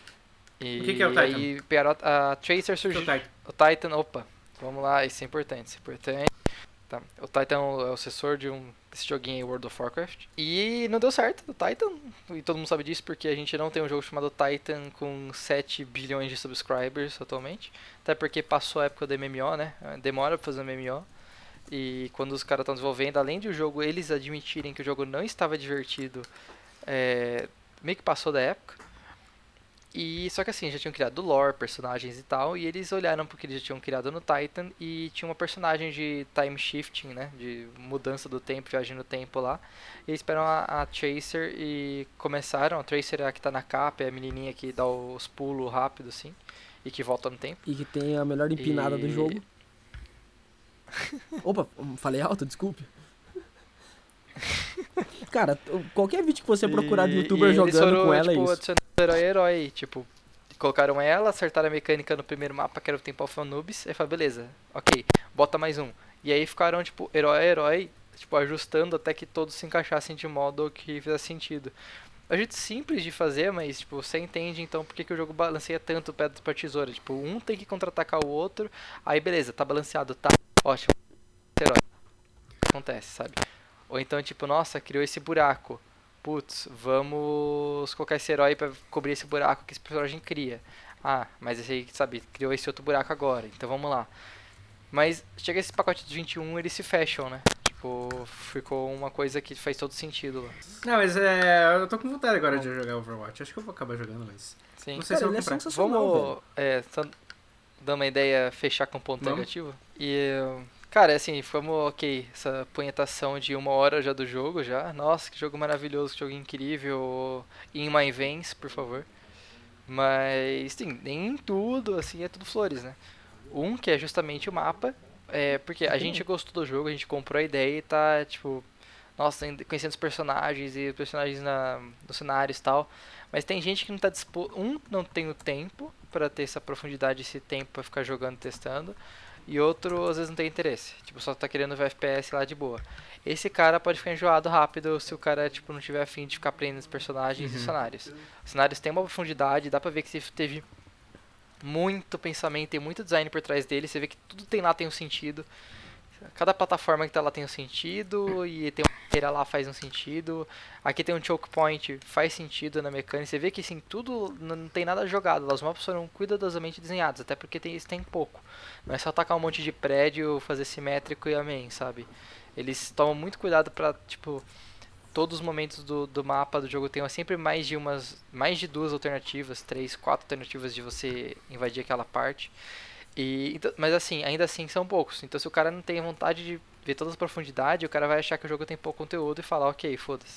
E, O que que é o e Titan? aí pegaram a, a Tracer surgiu. O Titan. O Titan, opa, vamos lá, isso é importante, isso é importante. Tá. O Titan é o sucessor de um desse joguinho aí, World of Warcraft. E não deu certo o Titan, e todo mundo sabe disso porque a gente não tem um jogo chamado Titan com sete bilhões de subscribers atualmente. Até porque passou a época do M M O, né? Demora pra fazer um M M O. E quando os caras estão desenvolvendo, além de o jogo eles admitirem que o jogo não estava divertido, é, meio que passou da época. E só que assim, já tinham criado lore, personagens e tal, e eles olharam porque eles já tinham criado no Titan e tinha uma personagem de time shifting, né, de mudança do tempo, viagem no tempo lá. E eles esperam a, a Tracer e começaram, a Tracer é a que tá na capa, é a menininha que dá os pulos rápido assim, e que volta no tempo. E que tem a melhor empinada E- do jogo. Opa, falei alto, desculpe. Cara, qualquer vídeo que você procurar do E- youtuber e eles jogando foram, com ela tipo, é isso. adicionando herói herói, tipo, colocaram ela, acertaram a mecânica no primeiro mapa, que era o Temple of Anubis, aí falaram, beleza, ok, bota mais um. E aí ficaram, tipo, herói a herói, tipo, ajustando até que todos se encaixassem de modo que fizesse sentido. É um jeito simples de fazer, mas, tipo, você entende, então, por que, que o jogo balanceia tanto pedra pra tesoura. Tipo, um tem que contra-atacar o outro, aí beleza, tá balanceado, tá, ótimo, herói. Acontece, sabe? Ou então, tipo, nossa, criou esse buraco. Putz, vamos colocar esse herói pra cobrir esse buraco que esse personagem cria. Ah, mas esse aí, sabe, criou esse outro buraco agora, então vamos lá. Mas chega esse pacote de vinte e um, eles se fecham, né? Tipo, ficou uma coisa que faz todo sentido lá. Não, mas é. Eu tô com vontade agora de jogar Overwatch. Acho que eu vou acabar jogando, mas. Sim. Não sei Cara, se eu ele vou é comprar. sensacional, velho. Vamos, é, só dar uma ideia, fechar com um ponto Vamos. negativo. E, cara, assim, fomos, ok, essa punhetação de uma hora já do jogo já. Nossa, que jogo maravilhoso, que jogo incrível. In my veins, por favor. Mas, sim, nem em tudo, assim, é tudo flores, né? Um, que é justamente o mapa, é, porque a gente gostou do jogo, a gente comprou a ideia e tá, tipo, nossa, ainda conhecendo os personagens e os personagens na, nos cenários e tal. Mas tem gente que não tá disposto. Um, não tem o tempo pra ter essa profundidade, esse tempo pra ficar jogando, testando. E outro, às vezes, não tem interesse. Tipo, só tá querendo ver F P S lá de boa. Esse cara pode ficar enjoado rápido se o cara, tipo, não tiver afim de ficar aprendendo os personagens e os cenários. Os cenários têm uma profundidade, dá pra ver que teve muito pensamento e muito design por trás dele. Você vê que tudo tem lá tem um sentido. Cada plataforma que tá lá tem um sentido, e tem uma barreira lá faz um sentido. Aqui tem um choke point, faz sentido na mecânica. Você vê que assim, tudo não tem nada jogado lá. Os mapas foram cuidadosamente desenhados, até porque tem, eles têm pouco. Não é só atacar um monte de prédio, fazer simétrico e amém, sabe? Eles tomam muito cuidado pra, tipo, todos os momentos do, do mapa do jogo tenham sempre mais de umas, mais de duas alternativas, três, quatro alternativas de você invadir aquela parte. E, então, mas assim, ainda assim são poucos. Então se o cara não tem vontade de ver todas as profundidades, o cara vai achar que o jogo tem pouco conteúdo e falar, ok, foda-se.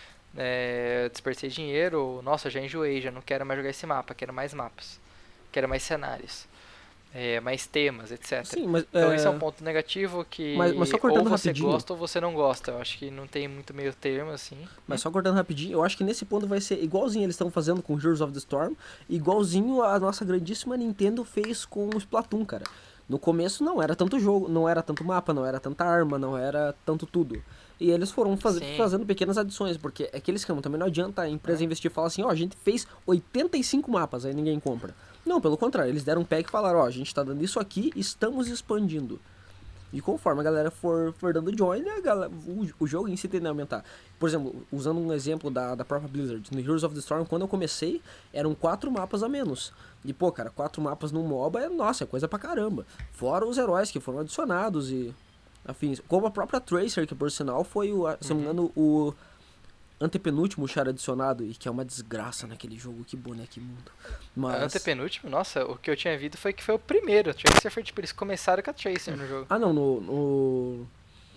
É, desperdicei dinheiro, ou, nossa, já enjoei, já não quero mais jogar esse mapa, quero mais mapas. Quero mais cenários. É, mais temas, etcétera. Sim, mas, Então é, esse é um ponto negativo que Mas- mas só ou cortando você rapidinho. gosta ou você não gosta. Eu acho que não tem muito meio termo, assim. Mas só cortando rapidinho, eu acho que nesse ponto vai ser igualzinho eles estão fazendo com Heroes of the Storm, igualzinho a nossa grandíssima Nintendo fez com o Splatoon, cara. No começo não era tanto jogo, não era tanto mapa, não era tanta arma, não era tanto tudo. E eles foram faz, Sim. fazendo pequenas adições, porque é aquele esquema, também não adianta a empresa investir e falar assim, ó, a gente fez oitenta e cinco mapas, aí ninguém compra. Não, pelo contrário, eles deram um pack e falaram, ó, a gente tá dando isso aqui, estamos expandindo. E conforme a galera for, for dando join, a galera, o, o jogo em si tende a aumentar. Por exemplo, usando um exemplo da, da própria Blizzard, no Heroes of the Storm, quando eu comecei, eram quatro mapas a menos. E, pô, cara, quatro mapas no MOBA é, nossa, é coisa pra caramba. Fora os heróis que foram adicionados e afins. Como a própria Tracer, que por sinal foi, o, se não me engano, o antepenúltimo char adicionado, e que é uma desgraça naquele jogo, que boneco imundo. Mas... Antepenúltimo, nossa, o que eu tinha visto foi que foi o primeiro. A Tracer foi tipo, eles começaram com a Tracer no jogo. Ah, não, no... no...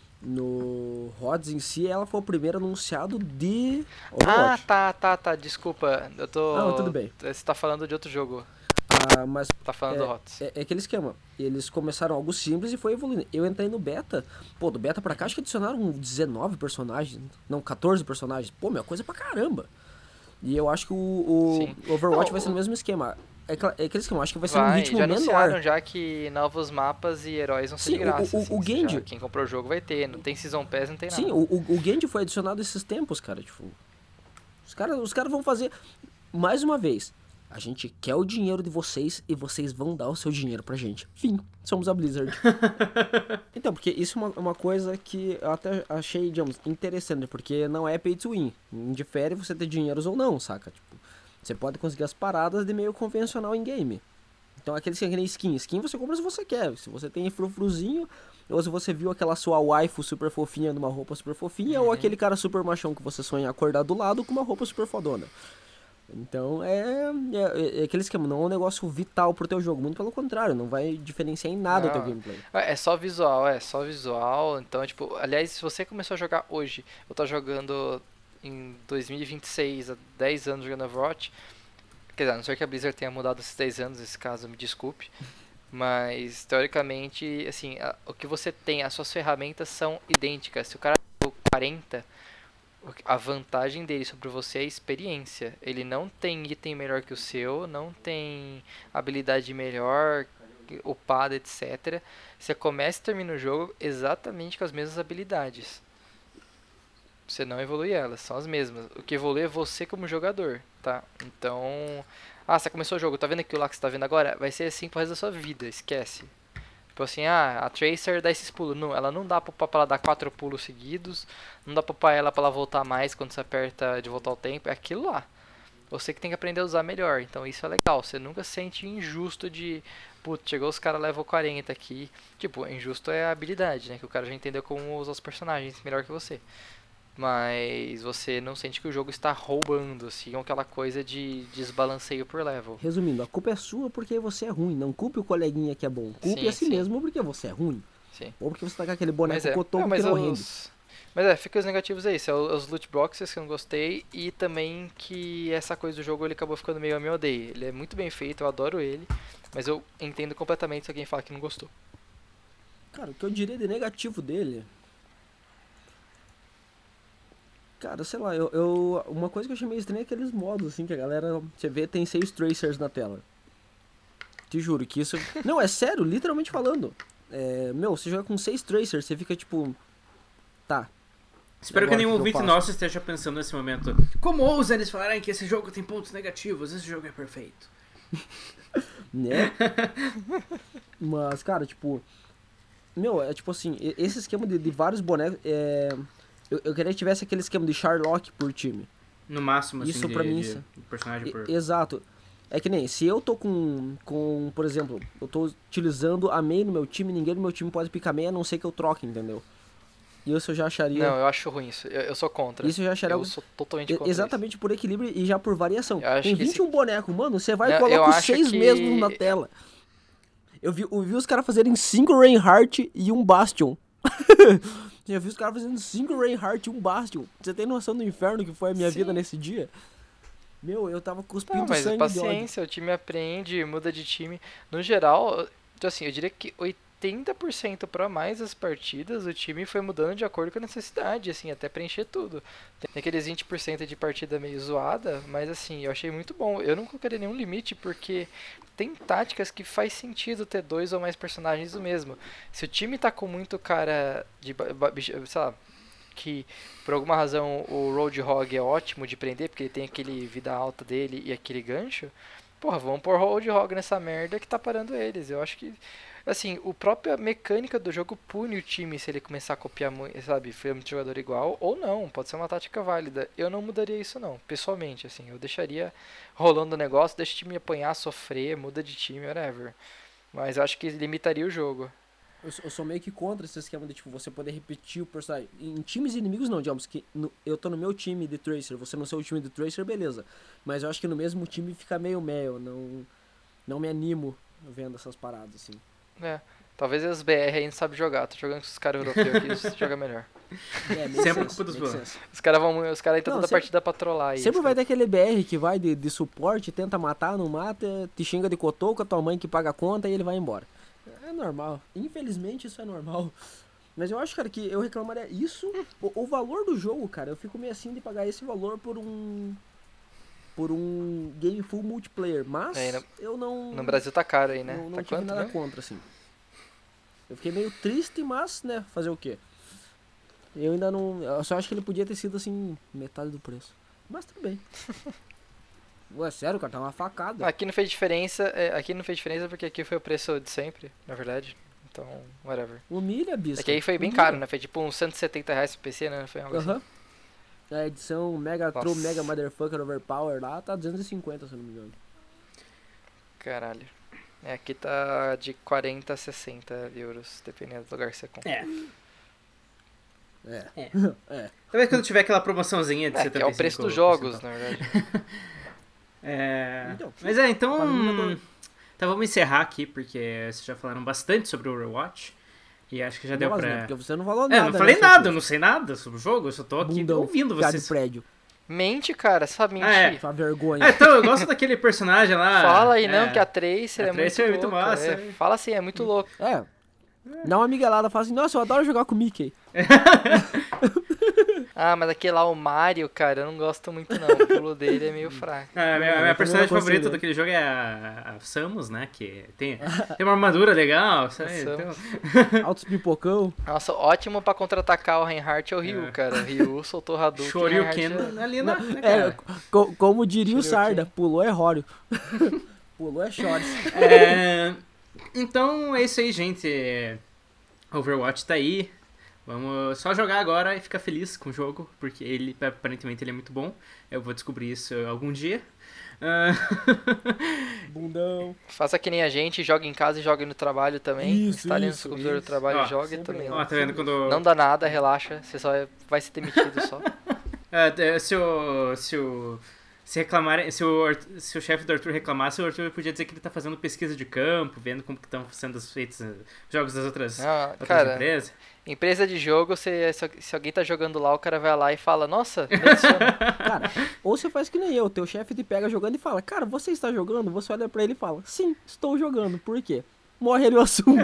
No Rods em si, ela foi o primeiro anunciado de Ah, Overwatch. tá, tá, tá, desculpa. Eu tô. Não, tudo bem. Você tá falando de outro jogo. Ah, mas Tá falando é, do Hots. é, é aquele esquema. Eles começaram algo simples e foi evoluindo. Eu entrei no beta. Pô, do beta pra cá acho que adicionaram dezenove personagens. Não, quatorze personagens. Pô, meu, coisa pra caramba. E eu acho que o, o Sim. Overwatch Não, vai ser o- no mesmo esquema. É, aquela- é aquele esquema, eu acho que vai ser num Vai, ritmo já menor. anunciaram já que novos mapas e heróis vão ser Sim, de o- graça. o- assim, o você Genji- já- quem comprou o jogo vai ter, não tem Season Pass, não tem nada. Sim, o, o, o Genji foi adicionado esses tempos, cara. Tipo, os caras os cara vão fazer. Mais uma vez, a gente quer o dinheiro de vocês e vocês vão dar o seu dinheiro pra gente. Fim, somos a Blizzard. Então, porque isso é uma, uma coisa que eu até achei, digamos, interessante, porque não é pay to win. Indifere você ter dinheiros ou não, saca? Tipo, você pode conseguir as paradas de meio convencional em game. Então, aqueles que nem skin. Skin você compra se você quer. Se você tem frufruzinho, ou se você viu aquela sua waifu super fofinha numa roupa super fofinha, ou aquele cara super machão que você sonha acordar do lado com uma roupa super fodona. Então, é, é, é aquele esquema, não é um negócio vital pro teu jogo. Muito pelo contrário, não vai diferenciar em nada o teu Não. gameplay. É só visual, é só visual. Então, tipo, aliás, se você começou a jogar hoje, eu tô jogando em dois mil e vinte e seis, há dez anos jogando Overwatch. Quer dizer, a não ser que a Blizzard tenha mudado esses dez anos, nesse caso, me desculpe. Mas, teoricamente, assim, a- o que você tem, as suas ferramentas são idênticas. Se o cara jogou quarenta, a vantagem dele sobre você é a experiência. Ele não tem item melhor que o seu, não tem habilidade melhor, upada, etcétera. Você começa e termina o jogo exatamente com as mesmas habilidades. Você não evolui elas, são as mesmas. O que evolui é você como jogador, tá? Então... Ah, você começou o jogo, tá vendo aquilo lá que você tá vendo agora? Vai ser assim pro resto da sua vida, esquece. Tipo assim, ah, a Tracer dá esses pulos. Não, ela não dá pra, pra ela dar quatro pulos seguidos. Não dá pra upar ela pra ela voltar mais quando você aperta de voltar ao tempo. É aquilo lá. Você que tem que aprender a usar melhor. Então isso é legal. Você nunca se sente injusto de... Putz, chegou os caras level quarenta aqui. Tipo, injusto é a habilidade, né? Que o cara já entendeu como usar os personagens melhor que você. Mas você não sente que o jogo está roubando, assim, aquela coisa de desbalanceio por level. Resumindo, a culpa é sua porque você é ruim. Não culpe o coleguinha que é bom. Culpe Sim, a si sim. mesmo porque você é ruim. Sim. Ou porque você tá com aquele boneco Mas é, cotoco Não, mas que não rende. os... Mas é, fica os negativos aí. Isso é o- os loot boxes que eu não gostei. E também que essa coisa do jogo ele acabou ficando meio a me odeia. Ele é muito bem feito, eu adoro ele. Mas eu entendo completamente se alguém falar que não gostou. Cara, o que eu diria de negativo dele... Cara, sei lá, eu, eu- uma coisa que eu achei meio estranha é aqueles modos, assim, que a galera... Você vê, tem seis tracers na tela. Te juro que isso... Não, é sério, literalmente falando. É, meu, você joga com seis tracers, você fica tipo... Tá. Espero que Agora, nenhum o que eu ouvinte faço? nosso esteja pensando nesse momento. Como ousa eles falarem que esse jogo tem pontos negativos? Esse jogo é perfeito. Né? Mas, cara, tipo... Meu, é tipo assim, e- esse esquema de, de vários bonecos... É, eu, eu queria que tivesse aquele esquema de Sherlock por time. No máximo, assim, Isso de, pra mim, de isso- personagem E- por... Exato. É que nem, se eu tô com, com, por exemplo, eu tô utilizando a Mei no meu time, ninguém no meu time pode picar Mei, a não ser que eu troque, entendeu? E isso eu já acharia... Não, eu acho ruim isso. Eu, eu sou contra. Isso eu já acharia... Eu algo- sou totalmente e- contra exatamente por equilíbrio e já por variação. Eu acho Tem que vinte e um esse- bonecos, mano, você vai e Não, eu coloca os acho seis que- mesmos na tela. Eu vi, eu vi os caras fazerem cinco Reinhardt e um Bastion. Eu vi os caras fazendo cinco Reinhardt e um Bastion. Você tem noção do inferno que foi a minha Sim. vida nesse dia? Meu, eu tava cuspindo Não, mas sangue de ódio. paciência, o time aprende, muda de time. No geral, então, assim, eu diria que oitenta por cento para mais as partidas, o time foi mudando de acordo com a necessidade, assim, até preencher tudo. Tem aqueles vinte por cento de partida meio zoada, mas assim, eu achei muito bom. Eu não colocaria nenhum limite, porque tem táticas que faz sentido ter dois ou mais personagens do mesmo. Se o time tá com muito cara de, ba- ba- bicho- sei lá, que por alguma razão o Roadhog é ótimo de prender, porque ele tem aquele vida alta dele e aquele gancho, porra, vamos pôr Roadhog nessa merda que tá parando eles. Eu acho que, assim, a própria mecânica do jogo pune o time se ele começar a copiar, mu- sabe, foi muito jogador igual, ou não, pode ser uma tática válida. Eu não mudaria isso não, pessoalmente, assim, eu deixaria rolando o negócio, deixa o time apanhar, sofrer, muda de time, whatever. Mas eu acho que limitaria o jogo. Eu sou, eu sou meio que contra esse esquema de, tipo, você poder repetir o personagem. Em times inimigos não, digamos que no- eu tô no meu time de Tracer, você no seu time de Tracer, beleza. Mas eu acho que no mesmo time fica meio meio, não, não me animo vendo essas paradas, assim. É, talvez os B R aí não sabem jogar, tô jogando com os caras europeus que eles jogam melhor. É, make Sempre sense, culpa dos make bons. sense. Os caras vão, os caras entram Não, toda sempre- partida pra trollar aí. Sempre os vai ter caras- aquele B R que vai de, de suporte, tenta matar, não mata, te xinga de cotoco, a tua mãe que paga a conta e ele vai embora. É normal. Infelizmente isso é normal. Mas eu acho, cara, que eu reclamaria isso. O, o valor do jogo, cara, eu fico meio assim de pagar esse valor por um. Por um game full multiplayer. Mas É, no- eu não. No Brasil tá caro aí, né? Não, não tá tive quanto, nada né? contra, assim. Eu fiquei meio triste, mas, né, fazer o quê? Eu ainda não. Eu só acho que ele podia ter sido assim, metade do preço. Mas tudo bem. Ué, sério, cara, tá uma facada. Aqui não fez diferença, é, aqui não fez diferença porque aqui foi o preço de sempre, na verdade. Então, whatever. Humilha, bicho. É que aí foi bem caro, né? Foi tipo uns cento e setenta reais pro P C, né? Foi algo Aham. assim. A edição Mega Nossa. True Mega Motherfucker Overpower lá tá duzentos e cinquenta, se eu não me engano. Caralho. É, aqui tá de quarenta a sessenta euros, dependendo do lugar que você compra. É. É. É. É. Talvez quando tiver aquela promoçãozinha de É, que setenta e cinco é o preço dos por jogos, cento. na verdade. É... Então, Mas é, então... fazendo uma coisa. Então vamos encerrar aqui, porque vocês já falaram bastante sobre o Overwatch. E acho que já deu Nós, pra... né? Porque você não falou É, nada. eu não falei né, nada, eu seu não sei nada sobre o jogo, eu só tô aqui bundão, ouvindo piada vocês. de prédio. Mente, cara, sabe mentir. Ah, é. Sua vergonha. Ah, então, eu gosto daquele personagem lá. Fala aí, é. não, que a Tracer A é muito Tracer é muito louca. massa. É, fala assim, é muito louco. É. Dá uma miguelada, fala assim, nossa, eu adoro jogar com o Mickey. Ah, mas aquele lá, o Mario, cara, eu não gosto muito não. O pulo dele é meio fraco. Ah, a minha, a minha personagem favorita daquele jogo é a, a Samus, né? Que tem, tem uma armadura legal, sabe? Então... Altos pipocão. Nossa, ótimo pra contra-atacar o Reinhardt é o Ryu, É. cara. O Ryu soltou o Hadouken. Shoryuken Reinhardt é- ali na... né, É, cara? co- como diria o Shuriken. Sarda, pulou é Rório. Pulou é shorts. É, então é isso aí, gente. Overwatch tá aí. Vamos só jogar agora e ficar feliz com o jogo, porque ele aparentemente ele é muito bom. Eu vou descobrir isso algum dia. Ah, Bundão. Faça que nem a gente, joga em casa e joga no trabalho também. Isso, Instale no isso, seu computador do isso. trabalho Ó, e joga sempre também. é. ó, tá vendo quando... Não dá nada, relaxa. Você só é- vai ser demitido só. É, se o... Se o... Se reclamar, se o, Art- se o chefe do Arthur reclamasse, o Arthur podia dizer que ele tá fazendo pesquisa de campo, vendo como que estão sendo feitos os jogos das outras, Não, outras cara, empresas. empresa de jogo, você, se, se alguém tá jogando lá, o cara vai lá e fala, nossa, me adiciona. Cara, ou você faz que nem eu, teu chefe te pega jogando e fala, cara, você está jogando? Você olha pra ele e fala, sim, estou jogando. Por quê? Morre ali o assunto.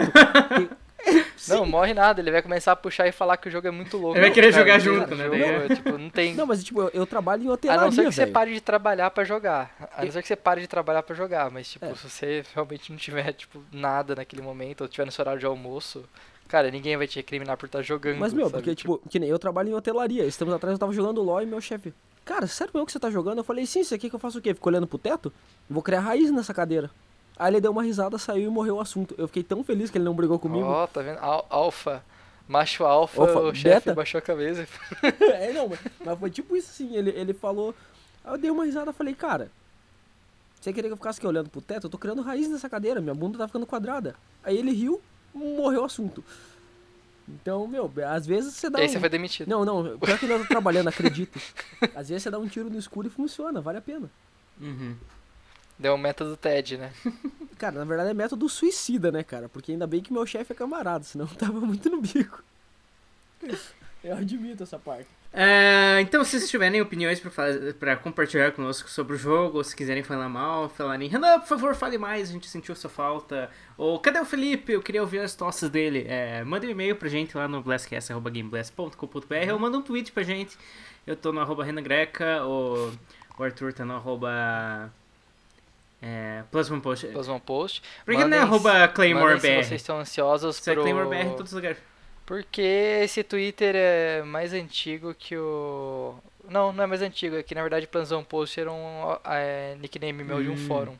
Não, morre nada, ele vai começar a puxar e falar que o jogo é muito louco. Ele vai querer Cara, jogar empresa junto, de né, jogo, daí- é, tipo, não tem... Não, mas tipo, eu, eu trabalho em A hotelaria, não ser que você velho. pare de trabalhar pra jogar. A não ser que você pare de trabalhar pra jogar. Mas, tipo, É. se você realmente não tiver, tipo, nada naquele momento, ou tiver no seu horário de almoço, cara, ninguém vai te recriminar por estar jogando. Mas, meu, sabe? porque, tipo, que nem eu trabalho em hotelaria. Estamos atrás, eu tava jogando LOL e meu chefe, cara, sério mesmo que você tá jogando? Eu falei, sim, isso aqui que eu faço o quê? Fico olhando pro teto? Vou criar raiz nessa cadeira. Aí ele deu uma risada, saiu e morreu o assunto. Eu fiquei tão feliz que ele não brigou comigo. Ó, tá vendo? Al- Alfa. Macho alfa, Alfa, o chefe beta? baixou a cabeça. É, não, mas, mas foi tipo isso assim, ele, ele falou... Aí eu dei uma risada e falei, cara, você queria que eu ficasse aqui olhando pro teto? Eu tô criando raiz nessa cadeira, minha bunda tá ficando quadrada. Aí ele riu, morreu o assunto. Então, meu, às vezes você dá E aí um... você foi demitido. Não, não, pior que eu tô trabalhando, acredito. Às vezes você dá um tiro no escuro e funciona, vale a pena. Uhum. Deu o método TED, né? Cara, na verdade é método suicida, né, cara? Porque ainda bem que meu chefe é camarada, senão eu tava muito no bico. Eu admito essa parte. É, então, se vocês tiverem opiniões pra, fazer, pra compartilhar conosco sobre o jogo, ou se quiserem falar mal, falarem, Renan, por favor, fale mais, a gente sentiu sua falta. Ou, cadê o Felipe? Eu queria ouvir as tosses dele. É, manda um e-mail pra gente lá no blastcast arroba gameblast ponto com ponto b r ou manda um tweet pra gente. Eu tô no arroba Renan Greca, o, o Arthur tá no arroba... É, plus one post. Plus one post. Por que não é Mandem- arroba Claymore mandem se B R? vocês estão ansiosos Isso é pro... Claymore B R em todos os lugares. Porque esse Twitter é mais antigo que o... Não, não é mais antigo. É que na verdade Plus one post era um é, nickname meu de um Hum. fórum.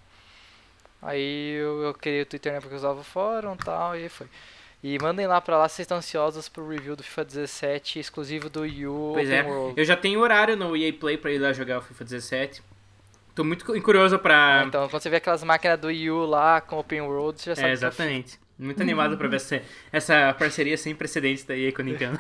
Aí eu, eu criei o Twitter na época que eu usava o fórum e tal, e aí foi. E mandem lá pra lá se vocês estão ansiosos pro review do FIFA dezessete, exclusivo do U Pois Open é, World. eu já tenho horário no E A Play pra ir lá jogar o FIFA dezessete. Tô muito cu- curioso pra... Ah, então, quando você vê aquelas máquinas do U lá com Open World, você já sabe É, que exatamente. Muito animado pra ver essa, essa parceria sem precedentes da E A com a Nintendo.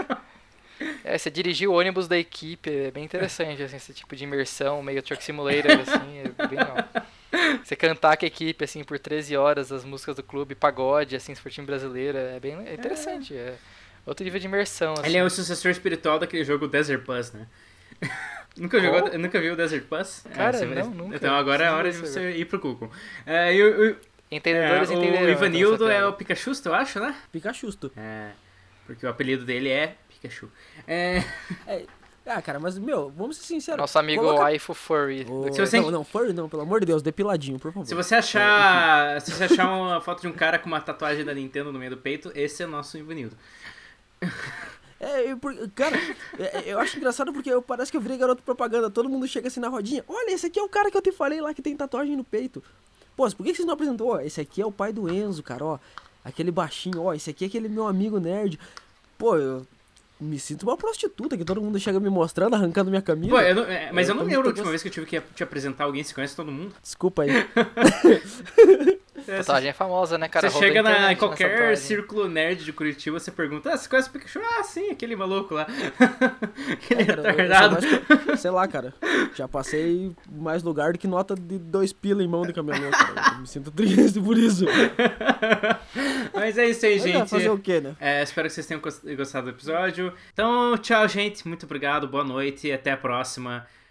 É, você dirigir o ônibus da equipe, é bem interessante, assim, esse tipo de imersão, meio Truck Simulator, assim, é bem legal. Você cantar com a equipe, assim, por treze horas, as músicas do clube, pagode, assim, se for time brasileiro, é bem é interessante, é outro nível de imersão, assim. Ele é o sucessor espiritual daquele jogo Desert Bus, né? nunca, Qual? jogou, nunca viu o Desert Bus? Cara, você vai- não, nunca. Então agora é a hora de Preciso você ir pro Google. É, e o, o, Entendedores é, entenderão. o Ivanildo então, essa é piada. o Pikachu, eu acho, né? Pikachu. É, porque o apelido dele é Pikachu. É... Ah, cara, mas, meu, vamos ser sinceros. Nosso amigo Coloca- Waifu Furry. Ô, Se você- Não, não, furry não, pelo amor de Deus, depiladinho, por favor. Se você achar, se você achar uma foto de um cara com uma tatuagem da Nintendo no meio do peito, esse é o nosso Ivanildo. É, eu, por- cara, é, eu acho engraçado porque eu, parece que eu virei garoto propaganda. Todo mundo chega assim na rodinha. Olha, esse aqui é o cara que eu te falei lá que tem tatuagem no peito. Pô, por que que vocês não apresentou? Ó, esse aqui é o pai do Enzo, cara, ó. Aquele baixinho, ó. Esse aqui é aquele meu amigo nerd. Pô, eu me sinto uma prostituta que todo mundo chega me mostrando, arrancando minha camisa. Pô, eu não- é, mas eu, Eu não tô lembro a muito última gost- vez que eu tive que te apresentar alguém, se conhece todo mundo. Desculpa aí. É, Tatuagem é famosa, né, cara? você Roda chega a na, internet em nessa qualquer tatuagem. círculo nerd de Curitiba, você pergunta, ah, você conhece o Pikachu? Ah, sim, aquele maluco lá. aquele É, cara, eu- eu retardado. sou mais- sei lá, cara. Já passei mais lugar do que nota de dois pila em mão de camelô, cara. Eu me sinto triste por isso. Mas é isso aí, Mas é, gente. fazer o quê, né? É, espero que vocês tenham gos- gostado do episódio. Então, tchau, gente. Muito obrigado, boa noite e até a próxima.